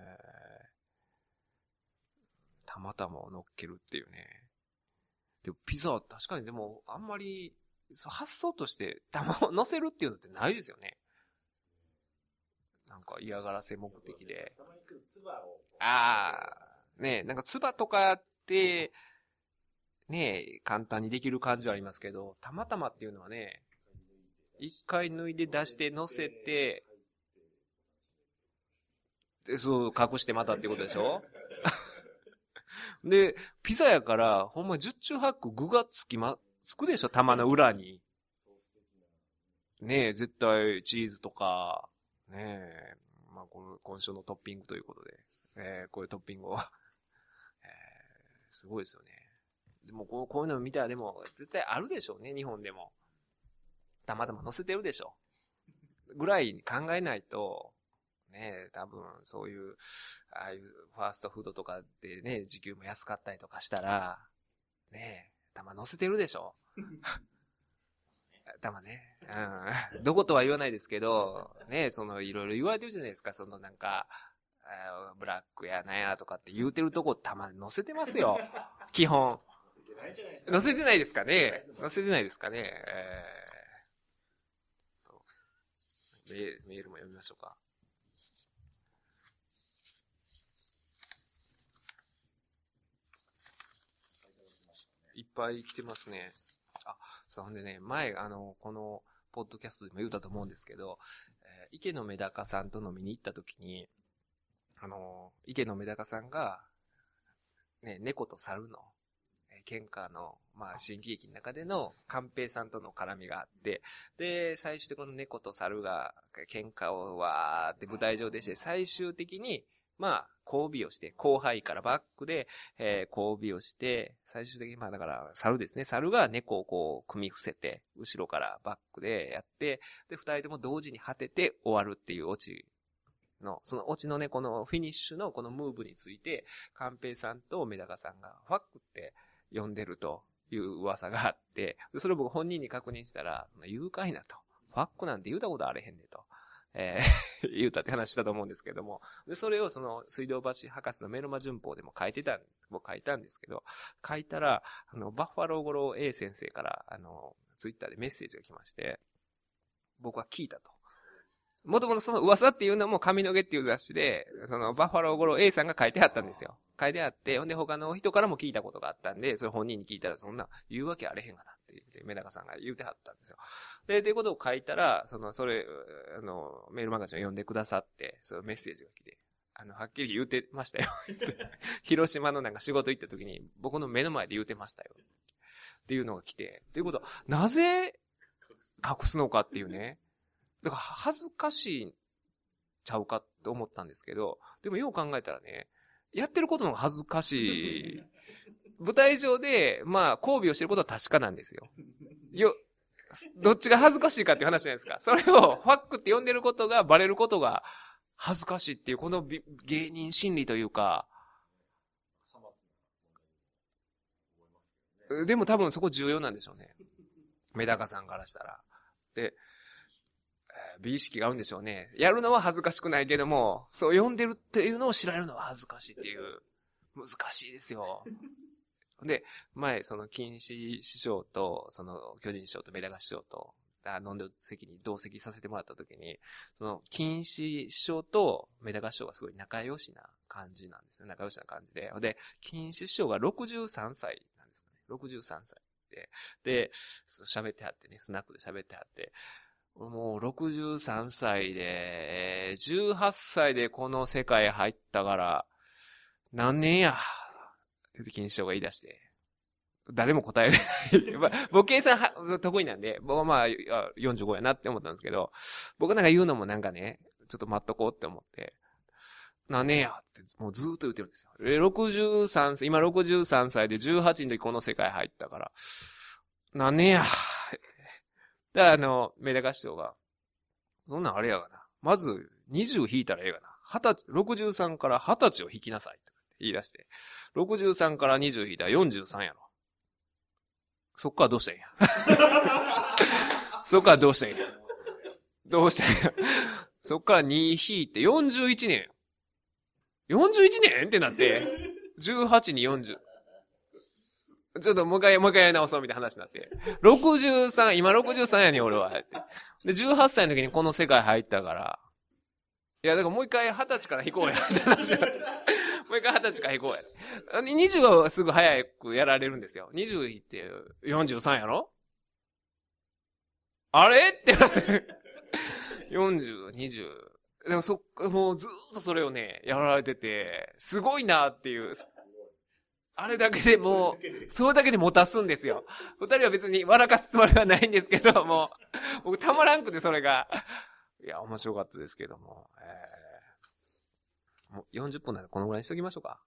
たまたま乗っけるっていうね。でもピザは確かにでもあんまり発想として玉を乗せるっていうのってないですよね。なんか嫌がらせ目的で。ねえ、なんか唾とかって、ねえ、簡単にできる感じはありますけど、たまたまっていうのはね、一回脱いで出して乗せて、 で、そう、隠してまたってことでしょで、ピザやから、ほんま十中八九具がつくでしょ、玉の裏に。ねえ、絶対チーズとか、ねえ、まあ、今週のトッピングということで、こういうトッピングを、すごいですよね。でもこういうの見たらでも、絶対あるでしょうね、日本でも。たまたま載せてるでしょ。ぐらい考えないと、ねえ、多分、そういう、ああいうファーストフードとかでね、時給も安かったりとかしたら、ねえ、たま載せてるでしょ。たまね。うん。どことは言わないですけど、ねえ、いろいろ言われてるじゃないですか、なんか、ブラックやなんやとかって言うてるとこたまに載せてますよ。基本。載せてないですかね。載せてないですかね。メールも読みましょうか。いっぱい来てますね。あ、そう、ほんでね、前、この、ポッドキャストでも言うたと思うんですけど、池野メダカさんと飲みに行った時に、池野メダカさんが、ね、猫と猿の、喧嘩の、まあ、新喜劇の中での、寛平さんとの絡みがあって、で、最終的にこの猫と猿が、喧嘩をわーって舞台上でして、最終的に、まあ、交尾をして、後輩からバックで、交尾をして、最終的に、まあだから、猿ですね。猿が猫をこう、組み伏せて、後ろからバックでやって、で、二人とも同時に果てて終わるっていうオチの、そのオチのね、このフィニッシュのこのムーブについて、寛平さんとメダカさんが、ファックって呼んでるという噂があって、それを僕本人に確認したら、誘拐なと。ファックなんて言うたことあれへんねと。言うたって話したと思うんですけども。で、それを水道橋博士のメルマ旬報でも書いたんですけど、書いたら、バッファローゴロ A 先生から、ツイッターでメッセージが来まして、僕は聞いたと。もともとその噂っていうのも髪の毛っていう雑誌で、バッファローゴロ A さんが書いてあったんですよ。書いてあって、ほんで他の人からも聞いたことがあったんで、それ本人に聞いたらそんな言うわけあれへんがなって言って、メダカさんが言うてはったんですよ。で、っていうことを書いたら、メールマガジンを読んでくださって、そのメッセージが来て、はっきり言うてましたよ。広島のなんか仕事行った時に、僕の目の前で言うてましたよ。っていうのが来て、っていうことは、なぜ隠すのかっていうね。だから恥ずかしいちゃうかって思ったんですけど、でもよう考えたらね、やってることの方が恥ずかしい。舞台上で、まあ、交尾をしてることは確かなんですよ。どっちが恥ずかしいかっていう話じゃないですか。それをファックって呼んでることがバレることが恥ずかしいっていう、この芸人心理というか、でも多分そこ重要なんでしょうね。メダカさんからしたら。で、美意識があるんでしょうね。やるのは恥ずかしくないけども、そう読んでるっていうのを知られるのは恥ずかしいっていう。難しいですよ。で、前、金師師匠と、巨人師匠とメダカ師匠と、飲んでる席に同席させてもらった時に、金師師匠とメダカ師匠がすごい仲良しな感じなんですよ。仲良しな感じで。で、金師師匠が63歳なんですかね。63歳で、喋ってはってね、スナックで喋ってはって、もう63歳で、18歳でこの世界入ったから、何年やって金師匠が言い出して、誰も答えれない。僕計算得意なんで、僕はまあ45やなって思ったんですけど、僕なんか言うのもなんかね、ちょっと待っとこうって思って、何年やってもうずーっと言ってるんですよ。今63歳で18の時この世界入ったから、何年や。だからメダカ師匠が、そんなんあれやがな。まず20引いたらええがな。63から20歳を引きなさい。と言い出して。63から20引いたら43やろ。そっからどうしたんや。そっからどうしたんや。どうしたんや。そっから2引いて41年。41年ってなって、18に40。ちょっともう一回やり直そうみたいな話になって。63、今63やねん俺は。で、18歳の時にこの世界入ったから。いや、だからもう一回20歳から引こうや。って話になって。もう一回20歳から引こうや。20はすぐ早くやられるんですよ。20引って43やろあれって。40、20。 でももうずーっとそれをね、やられてて、すごいなっていう。あれだけでもう、それだけで持たすんですよ。二人は別に笑かすつもりはないんですけども、僕たまらんくてそれが。いや、面白かったですけども。もう40分なんでこのぐらいにしときましょうか。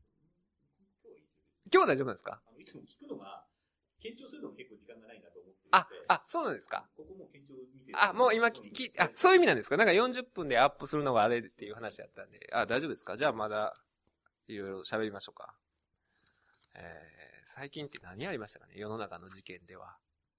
今日は大丈夫ですか？ いつも聞くのが、検証するのも結構時間がないなと思っていて。 そうなんですか。 ここもう検証見てもう今そういう意味なんですか？なんか40分でアップするのがあれっていう話だったんで。大丈夫ですか？じゃあまだ、いろいろ喋りましょうか。最近って何ありましたかね？世の中の事件では。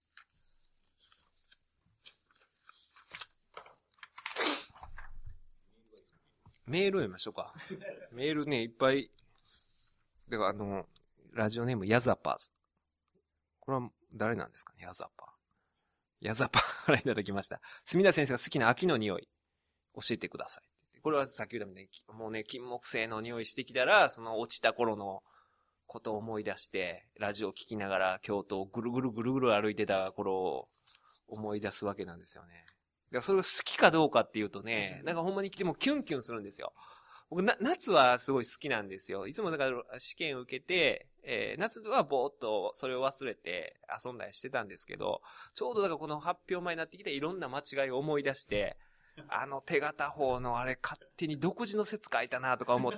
メール読みましょうか。メールね、いっぱい。だからラジオネームヤザパーズ。これは誰なんですかね？ヤザパーからいただきました。墨田先生が好きな秋の匂い、教えてください。これはさっき言ったみたいに、もうね、金木犀の匂いしてきたら、その落ちた頃のことを思い出して、ラジオを聞きながら京都をぐるぐる歩いてた頃を思い出すわけなんですよね。だからそれが好きかどうかっていうとね、なんかほんまに来てもキュンキュンするんですよ。僕夏はすごい好きなんですよ。いつもだから試験受けて、夏はぼーっとそれを忘れて遊んだりしてたんですけど、ちょうどだからこの発表前になってきていろんな間違いを思い出して、手形法のあれ勝手に独自の説書いたなとか思って、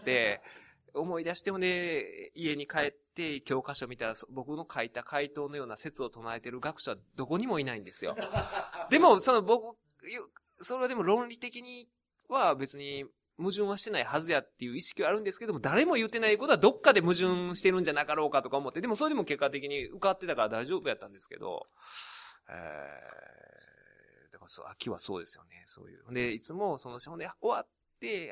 思い出してもね、家に帰って教科書見たら僕の書いた回答のような説を唱えてる学者はどこにもいないんですよ。でも、それはでも論理的には別に矛盾はしてないはずやっていう意識はあるんですけども、誰も言ってないことはどっかで矛盾してるんじゃなかろうかとか思って、でもそれでも結果的に受かってたから大丈夫やったんですけど、だから秋はそうですよね、そういう。で、いつもほんで終わって、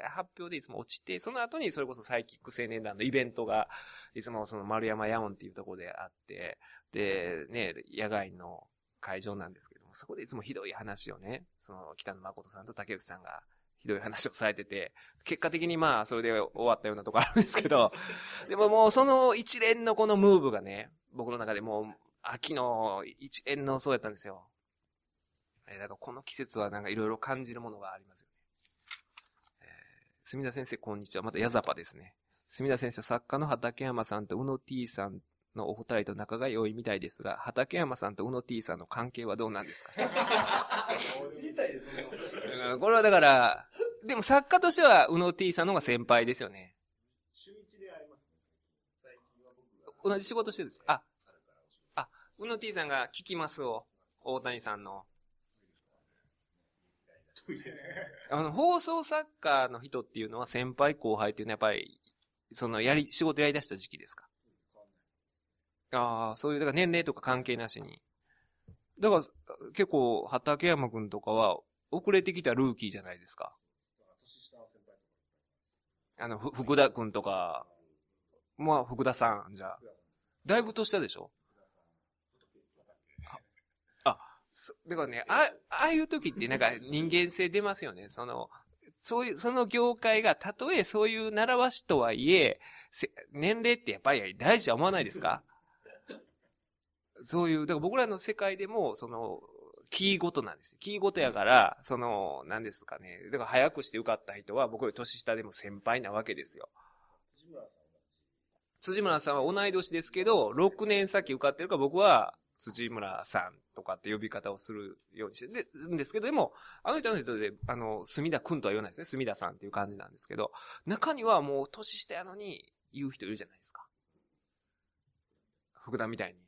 発表でいつも落ちて、その後にそれこそサイキック青年団のイベントが、いつもその丸山ヤオンっていうところであって、で、ね、野外の会場なんですけども、そこでいつもひどい話をね、北野誠さんと竹内さんがひどい話をされてて、結果的にそれで終わったようなところあるんですけど、でももうその一連のこのムーブがね、僕の中でもう秋の一連のそうやったんですよ。だからこの季節はなんかいろいろ感じるものがありますよね。墨田先生こんにちは。またヤザパですね。墨田先生、作家の畠山さんと宇野 T さんのお二人と仲が良いみたいですが、畠山さんと宇野 T さんの関係はどうなんですか？ 知りたいです、 これはだから、でも作家としては宇野 T さんの方が先輩ですよね。 週一で会いますね。最近は僕が。 同じ仕事してるんですか？宇野 T さんが聞きますを、大谷さんの。放送作家の人っていうのは先輩後輩っていうのはやっぱり、仕事やり出した時期ですか？そういう、だから年齢とか関係なしに。だから結構、畠山くんとかは遅れてきたルーキーじゃないですか。福田くんとか、福田さん、じゃあ。だいぶ年下でしょ？だからね、ああいう時ってなんか人間性出ますよね。その業界が、たとえそういう習わしとはいえ、年齢ってやっぱり大事は思わないですか？そういう、だから僕らの世界でも、キーごとなんですよ。キーごとやから、何ですかね。だから早くして受かった人は僕より年下でも先輩なわけですよ。辻村さんは同い年ですけど、6年先受かってるから僕は辻村さんとかって呼び方をするようにしてるんですけど、でも、あの人で、墨田くんとは言わないですね。墨田さんっていう感じなんですけど、中にはもう年下やのに言う人いるじゃないですか。福田みたいに。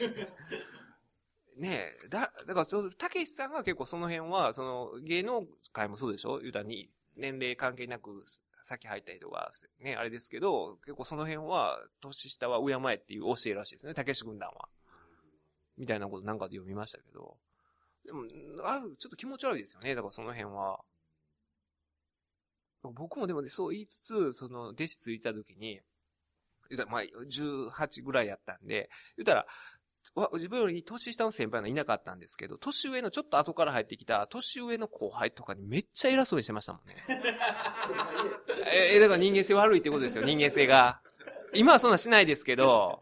ねえ、だから、たけしさんが結構その辺は、芸能界もそうでしょ？言うたに、年齢関係なく、先入った人が、ね、あれですけど、結構その辺は、年下は敬えっていう教えらしいですね。たけし軍団は。みたいなことなんかで読みましたけど。でも、ちょっと気持ち悪いですよね。だからその辺は。僕もでもね、そう言いつつ、弟子ついた時に、18ぐらいやったんで、言ったら、自分より年下の先輩がいなかったんですけど、年上のちょっと後から入ってきた、年上の後輩とかにめっちゃ偉そうにしてましたもんね。だから人間性悪いってことですよ、人間性が。今はそんなしないですけど、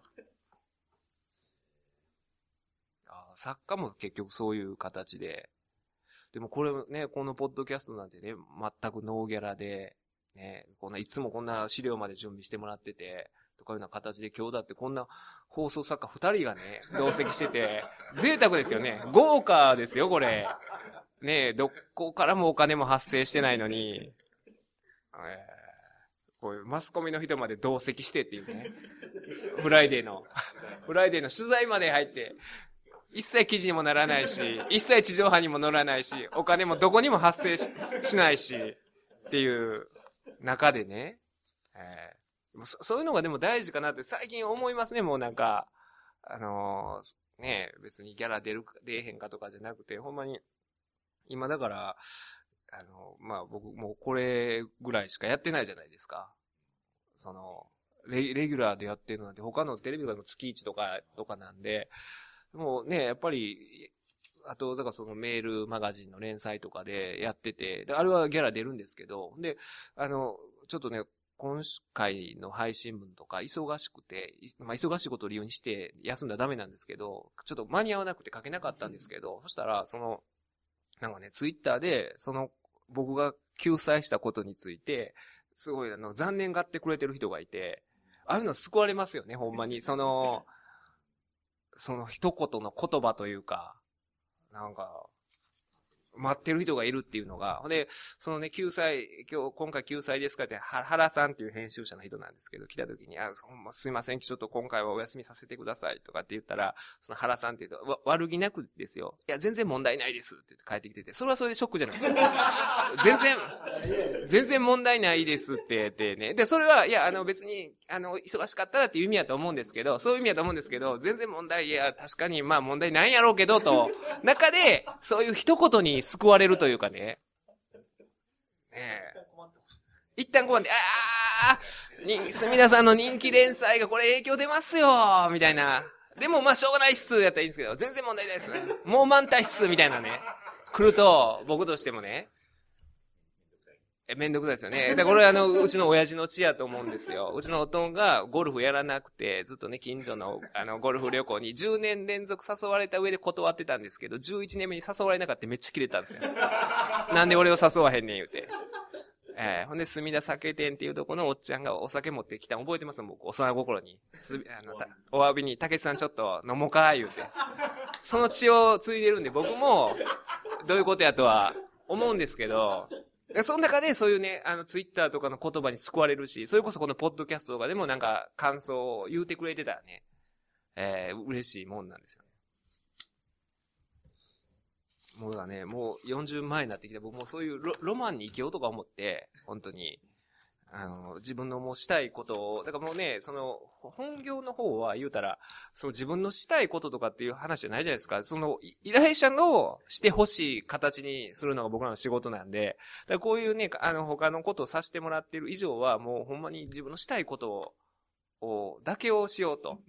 作家も結局そういう形で。 でもこれね、このポッドキャストなんてね、全くノーギャラで、ね、いつもこんな資料まで準備してもらってて、とかいうような形で今日だってこんな放送作家2人がね、同席してて、贅沢ですよね。豪華ですよ、これ。ね、どこからもお金も発生してないのに、こういうマスコミの人まで同席してっていうね。フライデーの取材まで入って、一切記事にもならないし、一切地上波にも乗らないし、お金もどこにも発生 しないし、っていう中でね、そういうのがでも大事かなって最近思いますね、もうなんか、ね、別にギャラ出えへんかとかじゃなくて、ほんまに、今だから、まあ僕もうこれぐらいしかやってないじゃないですか。レギュラーでやってるなんて他のテレビが月1とかなんで、もうね、やっぱり、あと、だからそのメールマガジンの連載とかでやってて、であれはギャラ出るんですけど、で、ちょっとね、今回の配信分とか忙しくて、まあ忙しいことを理由にして休んだらダメなんですけど、ちょっと間に合わなくて書けなかったんですけど、そしたら、なんかね、ツイッターで、僕が救済したことについて、すごい残念がってくれてる人がいて、ああいうの救われますよね、ほんまに。その一言の言葉というか、なんか、待ってる人がいるっていうのが、で、今回救済ですかって、原さんっていう編集者の人なんですけど、来た時に、すいません、ちょっと今回はお休みさせてくださいとかって言ったら、その原さんって言うと、悪気なくですよ。いや、全然問題ないですって言って帰ってきてて、それはそれでショックじゃないですか。全然問題ないですって言ってね。で、それは、いや、別に、忙しかったらっていう意味だと思うんですけど、そういう意味だと思うんですけど、全然いや、確かにまあ問題ないんやろうけど、と、中で、そういう一言に救われるというかね。一旦困って、隅田さんの人気連載がこれ影響出ますよみたいな。でもまあしょうがないっすやったらいいんですけど、全然問題ないですね。もう満タンっすみたいなね。来ると、僕としてもね、めんどくさいですよね。だからこれうちの親父の血やと思うんですよ。うちのおとんがゴルフやらなくて、ずっとね、近所のゴルフ旅行に10年連続誘われた上で断ってたんですけど、11年目に誘われなかっためっちゃキレたんですよ。なんで俺を誘わへんねん言うて。ほんで、墨田酒店っていうとこのおっちゃんがお酒持ってきたの覚えてますもん、僕、幼心に。お詫びに、竹内さんちょっと飲もうか、言うて。その血を継いでるんで、僕も、どういうことやとは思うんですけど、その中でそういうね、ツイッターとかの言葉に救われるし、それこそこのポッドキャストとかでもなんか感想を言うてくれてたらね、嬉しいもんなんですよね。もうだね、もう40前になってきて、僕もそういうロマンに生きようとか思って、本当に、自分のもうしたいことを、だからもうね、本業の方は言うたら、自分のしたいこととかっていう話じゃないじゃないですか。依頼者のしてほしい形にするのが僕らの仕事なんで、だからこういうね、他のことをさせてもらっている以上は、もうほんまに自分のしたいことだけをしようと、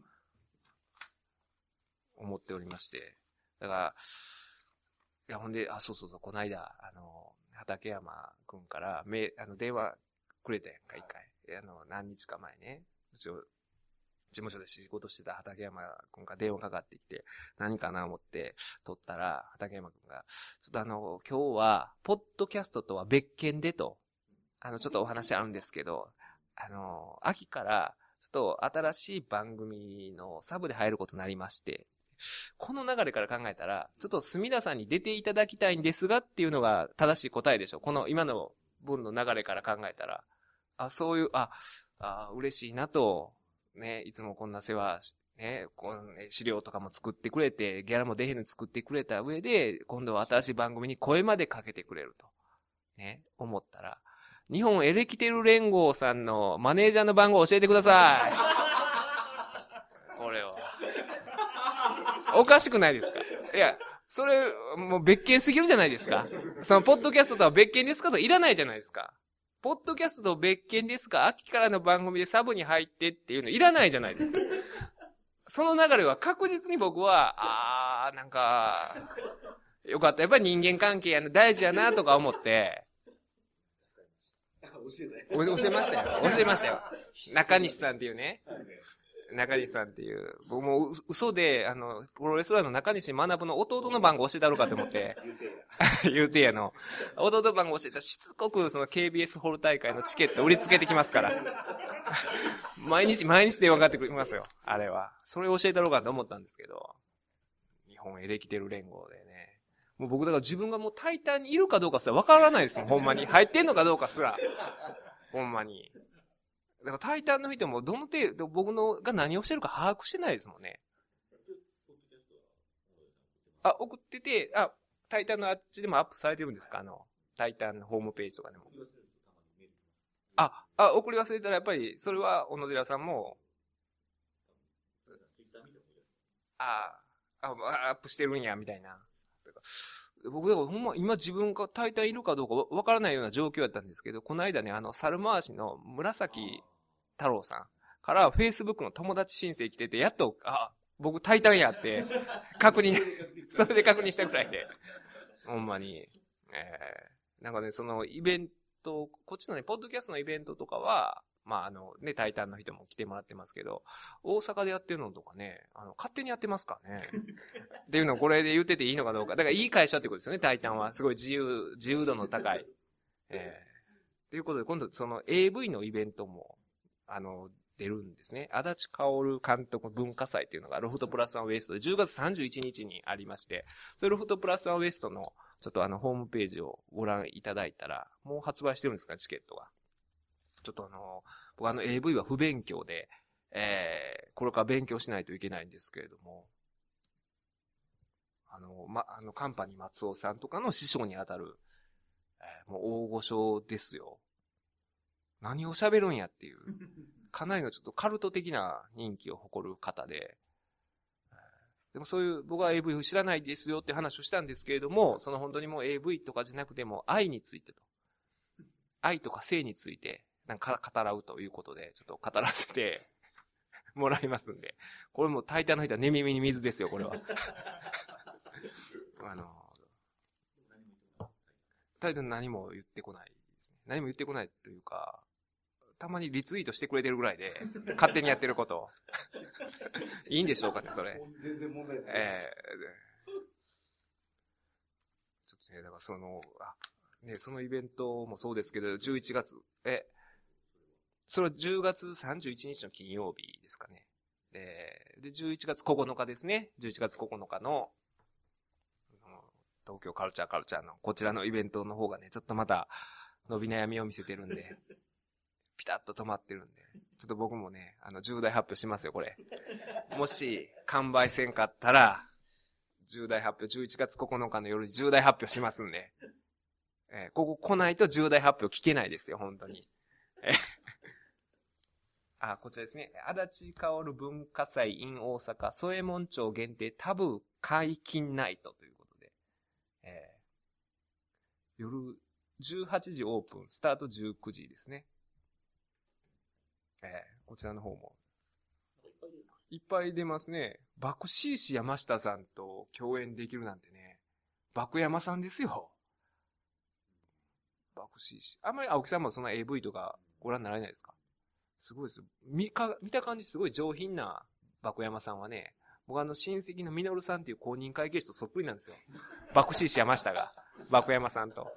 思っておりまして。だから、いや、ほんで、そう、この間、畠山くんから、電話くれたやんか、一回。何日か前ね。事務所で仕事してた畠山くんが電話かかってきて、何かな思って取ったら、畠山くんが、ちょっと今日は、ポッドキャストとは別件でと、ちょっとお話あるんですけど、秋から、ちょっと新しい番組のサブで入ることになりまして、この流れから考えたら、ちょっと墨田さんに出ていただきたいんですがっていうのが正しい答えでしょ。この今の文の流れから考えたら。そういう、嬉しいなと、ね、いつもこんな世話、ね、資料とかも作ってくれて、ギャラも出へんの作ってくれた上で、今度は新しい番組に声までかけてくれると。ね、思ったら、日本エレキテル連合さんのマネージャーの番号教えてください。これは。おかしくないですか？いや、それ、もう別件すぎるじゃないですか。ポッドキャストとは別件ですかといらないじゃないですか。ポッドキャストと別件ですか？秋からの番組でサブに入ってっていうのいらないじゃないですか。その流れは確実に僕は、なんか、よかった。やっぱり人間関係大事やなとか思って、教えましたよ。中西さんっていうね。 中西さんっていう、僕も嘘で、プロレスラーの中西学の弟の番号教えたろうかと思って、言うてやの、弟番号教えたらしつこくその KBS ホール大会のチケット売りつけてきますから。毎日電話かかってくりますよ、あれは。それを教えたろうかと思ったんですけど、日本エレキテル連合でね。もう僕だから自分がもうタイタンにいるかどうかすらわからないですもん、ほんまに。入ってんのかどうかすら。ほんまに。だからタイタンの人もどの程度僕のが何をしてるか把握してないですもんね。送ってて、タイタンのあっちでもアップされてるんですか？タイタンのホームページとかでも。送り忘れたらやっぱり、それは小野寺さんも、アップしてるんや、みたいな。僕だからほんま今自分がタイタンいるかどうかわからないような状況やったんですけど、この間ね、猿回しの紫太郎さんから Facebook の友達申請来てて、やっと、僕タイタンやって、それで確認したくらいで。ほんまに。なんかね、そのイベント、こっちのね、ポッドキャストのイベントとかは、タイタンの人も来てもらってますけど、大阪でやってるのとかね、勝手にやってますからね。っていうのをこれで言ってていいのかどうか。だからいい会社ってことですよね、タイタンは。すごい自由度の高い。ということで、今度その AV のイベントも、出るんですね。足立薫監督文化祭っていうのがロフトプラスワンウエストで10月31日にありまして、それロフトプラスワンウエストのちょっとホームページをご覧いただいたら、もう発売してるんですか、チケットが。ちょっと僕AV は不勉強で、これから勉強しないといけないんですけれども、カンパニー松尾さんとかの師匠にあたる、もう大御所ですよ。何を喋るんやっていう。かなりのちょっとカルト的な人気を誇る方で、でもそういう僕は AV を知らないですよって話をしたんですけれども、その本当にもう AV とかじゃなくても愛についてと。愛とか性についてなんか語らうということで、ちょっと語らせてもらいますんで。これもタイタンの人は寝耳に水ですよ、これは。タイタン何も言ってこないですね。何も言ってこないというか、たまにリツイートしてくれてるぐらいで、勝手にやってることを。いいんでしょうかね、それ。 全然問題ないです。 ちょっとね、だからそのイベントもそうですけど、11月、それは10月31日の金曜日ですかね。で、11月9日ですね。11月9日の、東京カルチャーのこちらのイベントの方がね、ちょっとまた伸び悩みを見せてるんで、ピタッと止まってるんで、ちょっと僕もね、重大発表しますよ、これ。もし、完売せんかったら、重大発表、11月9日の夜に重大発表しますんで、ここ来ないと重大発表聞けないですよ、本当に。こちらですね。足立薫文化祭 in 大阪、添右衛門町限定タブー解禁ナイトということで、夜18時オープン、スタート19時ですね。こちらの方も。いっぱい出ますね。爆シーシ山下さんと共演できるなんてね。爆山さんですよ。爆シーシ。あんまり青木さんもそんな AV とかご覧になられないですか？すごいです。見た感じすごい上品な爆山さんはね、僕親戚のミノルさんっていう公認会計士とそっくりなんですよ。爆シーシ山下が。爆山さんと。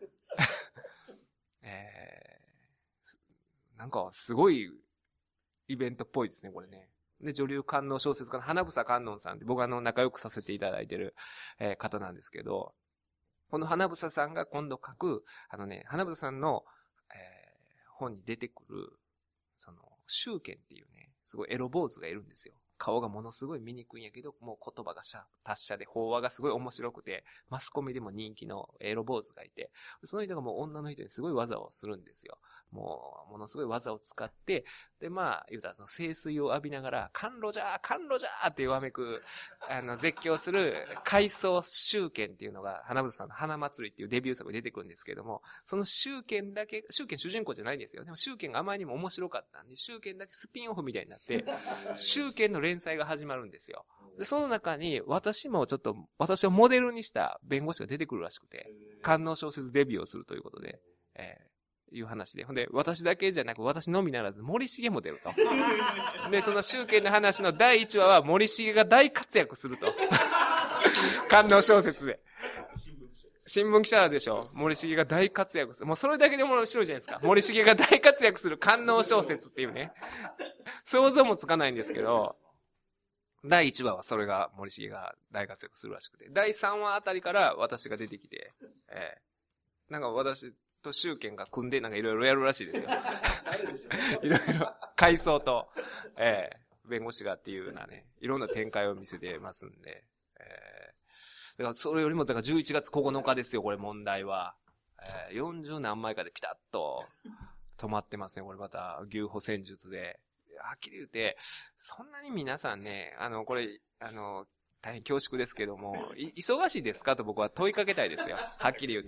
なんかすごいイベントっぽいですね、これね。で、女流官能小説家の花房観音さんって僕仲良くさせていただいてる、方なんですけど、この花房さんが今度書く、花房さんの、本に出てくる、宗剣っていうね、すごいエロ坊主がいるんですよ。顔がものすごい醜いんやけど、もう言葉が達者で、法話がすごい面白くて、マスコミでも人気のエロ坊主がいて、その人がもう女の人にすごい技をするんですよ。ものすごい技を使って、で、言うたら聖水を浴びながら、甘露じゃーってわめく、絶叫する、回想宗剣っていうのが、花房さんの花祭りっていうデビュー作で出てくるんですけれども、その宗剣主人公じゃないんですよ。でも宗剣があまりにも面白かったんで、宗剣だけスピンオフみたいになって、宗剣の連載が始まるんですよ。で、その中に、私をモデルにした弁護士が出てくるらしくて、官能小説デビューをするということで、 いう話で。ほんで、私だけじゃなく、私のみならず、森重も出ると。で、その集権の話の第1話は、森重が大活躍すると。官能小説で。新聞記者でしょ。森重が大活躍する。もうそれだけで面白いじゃないですか。森重が大活躍する官能小説っていうね。想像もつかないんですけど、第1話はそれが森重が大活躍するらしくて、第3話あたりから私が出てきて、なんか私と集権が組んでなんかいろいろやるらしいですよ。いろいろ階層と、弁護士がっていうようなね、いろんな展開を見せてますんで、だからそれよりもだから11月9日ですよ、これ問題は。40何枚かでピタッと止まってますね、これまた牛歩戦術で。はっきり言って、そんなに皆さんね、これ、大変恐縮ですけども、忙しいですかと僕は問いかけたいですよ。はっきり言って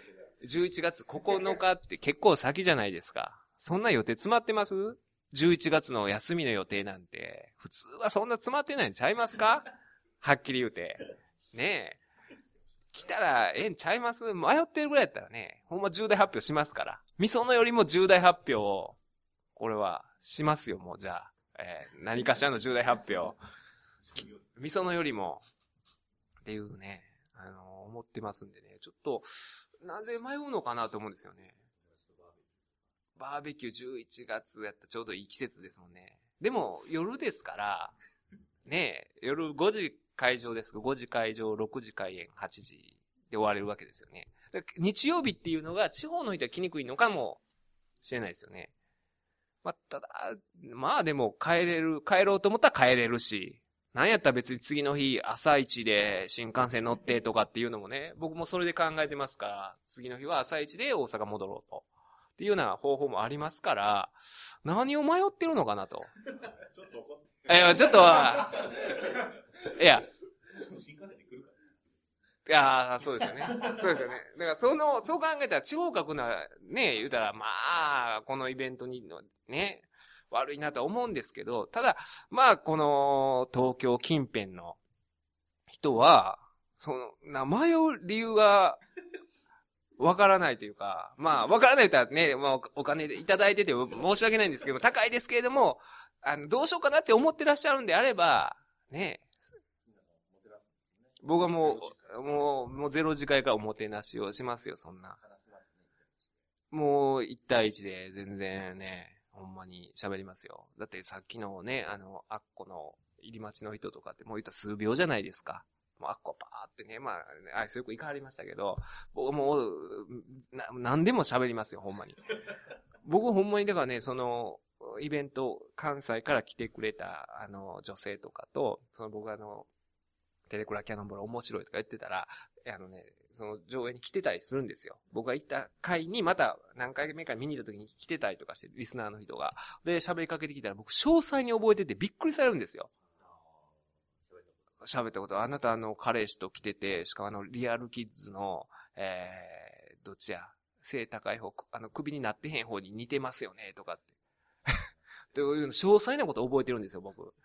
。11月9日って結構先じゃないですか。そんな予定詰まってます？ 11 月の休みの予定なんて、普通はそんな詰まってないんちゃいますか？はっきり言うて。ねえ。来たらええんちゃいます？迷ってるぐらいやったらね、ほんま重大発表しますから。みそのよりも重大発表を、これはしますよ、もうじゃあ。何かしらの重大発表。みそのよりも、っていうね、思ってますんでね、ちょっと、なぜ迷うのかなと思うんですよね。バーベキュー11月やったらちょうどいい季節ですもんね。でも、夜ですから、ねえ、夜5時会場ですが、5時会場、6時開演、8時で終われるわけですよね。日曜日っていうのが地方の人は来にくいのかもしれないですよね。まあ、ただ、まあでも帰ろうと思ったら帰れるし、なんやったら別に次の日朝一で新幹線乗ってとかっていうのもね、僕もそれで考えてますから、次の日は朝一で大阪戻ろうと。っていうような方法もありますから、何を迷ってるのかなと。 ちょっと怒ってる。 ちょっと、いや、 新幹線で来るかいやそうですよね。そうですよね。だからそう考えたら地方格のね、言うたら、まあ、このイベントにね、悪いなとは思うんですけど、ただ、まあ、この東京近辺の人は、迷う理由がわからないというか、まあ、わからないとはね、まあ、お金いただいてて申し訳ないんですけども、高いですけれども、どうしようかなって思ってらっしゃるんであれば、ね、僕はもう0時会からおもてなしをしますよ、そんな。もう1対1で全然ね、ほんまに喋りますよ。だってさっきのね、あっこの入り待ちの人とかってもう言ったら数秒じゃないですか。もうあっこパーってね、まあ、そういう子行かはりましたけど、僕もう、何でも喋りますよ、ほんまに。僕ほんまにだからね、イベント、関西から来てくれた、女性とかと、僕テレクラキャノンボール面白いとか言ってたら、その上映に来てたりするんですよ。僕が行った回にまた何回目か見に行った時に来てたりとかして、リスナーの人が。で、喋りかけてきたら僕詳細に覚えててびっくりされるんですよ。喋ったこと。あなた彼氏と来てて、しかもリアルキッズの、どっちや、背高い方、首になってへん方に似てますよね、とかって。という詳細なこと覚えてるんですよ、僕。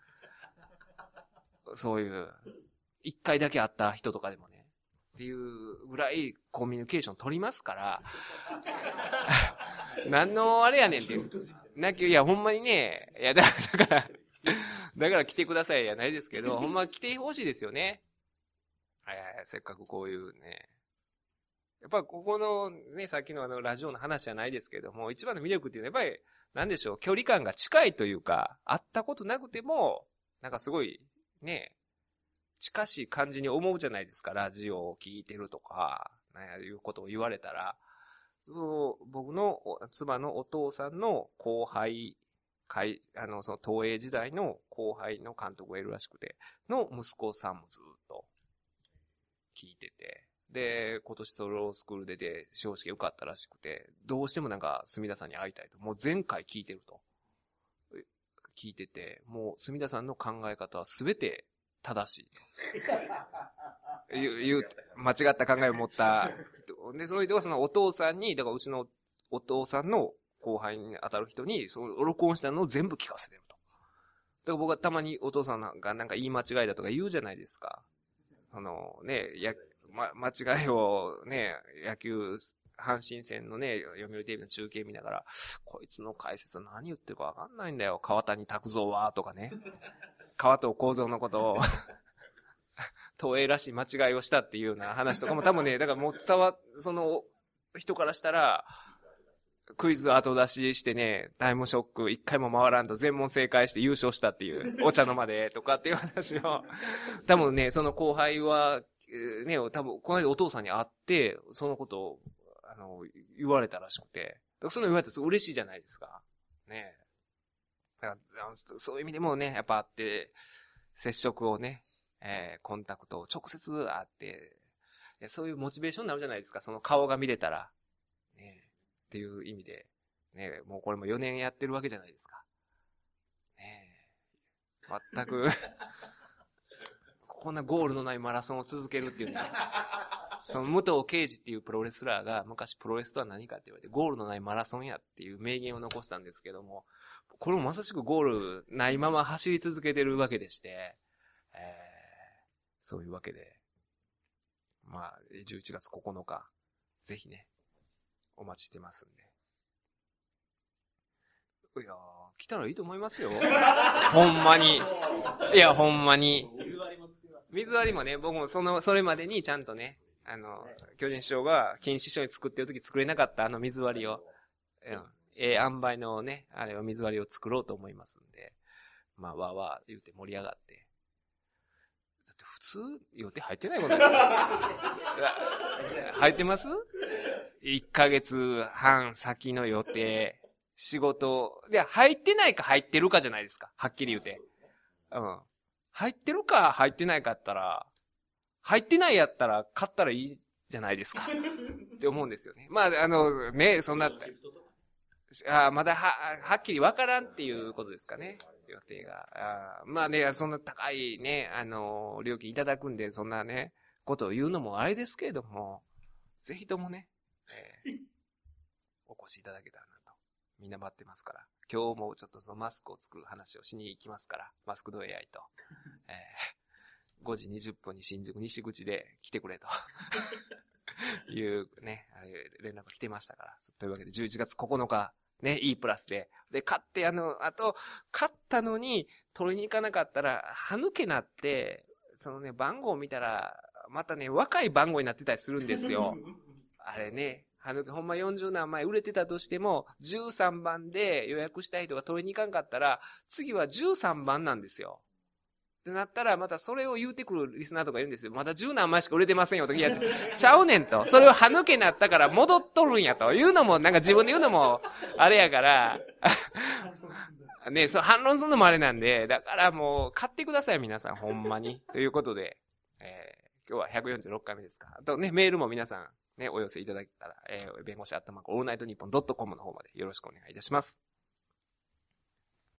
そういう。一回だけ会った人とかでもね。っていうぐらいコミュニケーション取りますから。何のあれやねんっていう。いや、ほんまにね、いや、だから来てくださいやないですけど、ほんま来てほしいですよね。せっかくこういうね。やっぱここのね、さっきのラジオの話じゃないですけども、一番の魅力っていうのはやっぱり、なんでしょう、距離感が近いというか、会ったことなくても、なんかすごい、ね、近しい感じに思うじゃないですか、ラジオを聞いてるとか、いうことを言われたら、僕の妻のお父さんの後輩、その東映時代の後輩の監督がいるらしくて、の息子さんもずっと聞いてて、で、今年ソロスクールで司法試験受かったらしくて、どうしてもなんか墨田さんに会いたいと、もう前回聞いてると。聞いてて、もう墨田さんの考え方はすべて正しい。間違った考えを持った。で、その人はそのお父さんに、だからうちのお父さんの後輩に当たる人に、その録音したのを全部聞かせてると。だから僕はたまにお父さんがなんか言い間違いだとか言うじゃないですか。間違いをね、野球、 阪神戦のね、読売テレビの中継見ながら、こいつの解説は何言ってるかわかんないんだよ。川谷拓三は、とかね。川藤幸三のことを、東映らしい間違いをしたっていうような話とかも多分ね、だからもうその人からしたら、クイズ後出ししてね、タイムショック一回も回らんと全問正解して優勝したっていう、お茶の間でとかっていう話を、多分ね、その後輩は、ね、多分、この間お父さんに会って、そのことを、言われたらしくて、その言われたら嬉しいじゃないですか。ね。だからそういう意味でもね、やっぱあって、接触をね、コンタクトを直接会って、そういうモチベーションになるじゃないですか、その顔が見れたら。ね。っていう意味で、ね、もうこれも4年やってるわけじゃないですか。ね、全く、こんなゴールのないマラソンを続けるっていうね。その武藤敬司っていうプロレスラーが昔プロレスとは何かって言われて、ゴールのないマラソンやっていう名言を残したんですけども、これもまさしくゴールないまま走り続けてるわけでして、そういうわけで、まあ、11月9日、ぜひね、お待ちしてますんで。いやー、来たらいいと思いますよ。ほんまに。いや、ほんまに。水割りもね、僕もそれまでにちゃんとね、巨人師匠が金師匠に作ってる時作れなかった水割りを、塩梅のね、あれを水割りを作ろうと思いますんで、まあ、わーわー言うて盛り上がって。だって普通予定入ってないことだよ。入ってます ?1 ヶ月半先の予定、仕事、で、入ってないか入ってるかじゃないですか。はっきり言うて。うん。入ってるか入ってないかったら、入ってないやったら買ったらいいじゃないですか。って思うんですよね。まあ、ね、そんな、まだはっきりわからんっていうことですかね。予定が。まあね、そんな高いね、料金いただくんで、そんなね、ことを言うのもあれですけれども、ぜひともね、お越しいただけたらなと。みんな待ってますから。今日もちょっとそのマスクを作る話をしに行きますから、マスクド AI と。5時20分に新宿西口で来てくれと。いうね、連絡来てましたから。というわけで11月9日、ね、E プラスで。で、買って、あと、買ったのに取りに行かなかったら、歯抜けなって、そのね、番号を見たら、またね、若い番号になってたりするんですよ。あれね、歯抜け、ほんま40何枚売れてたとしても、13番で予約した人が取りに行かんかったら、次は13番なんですよ。ってなったら、またそれを言うてくるリスナーとかいるんですよ。まだ10何枚しか売れてませんよと。いや、ちゃうねんと。それを歯抜けなったから戻っとるんやと。いうのも、なんか自分で言うのも、あれやから、ね、反論するのもあれなんで、だからもう、買ってください、皆さん、ほんまに。ということで、今日は146回目ですか。あとね、メールも皆さん、ね、お寄せいただけたら、弁護士@allnightnippon.com の方までよろしくお願いいたします。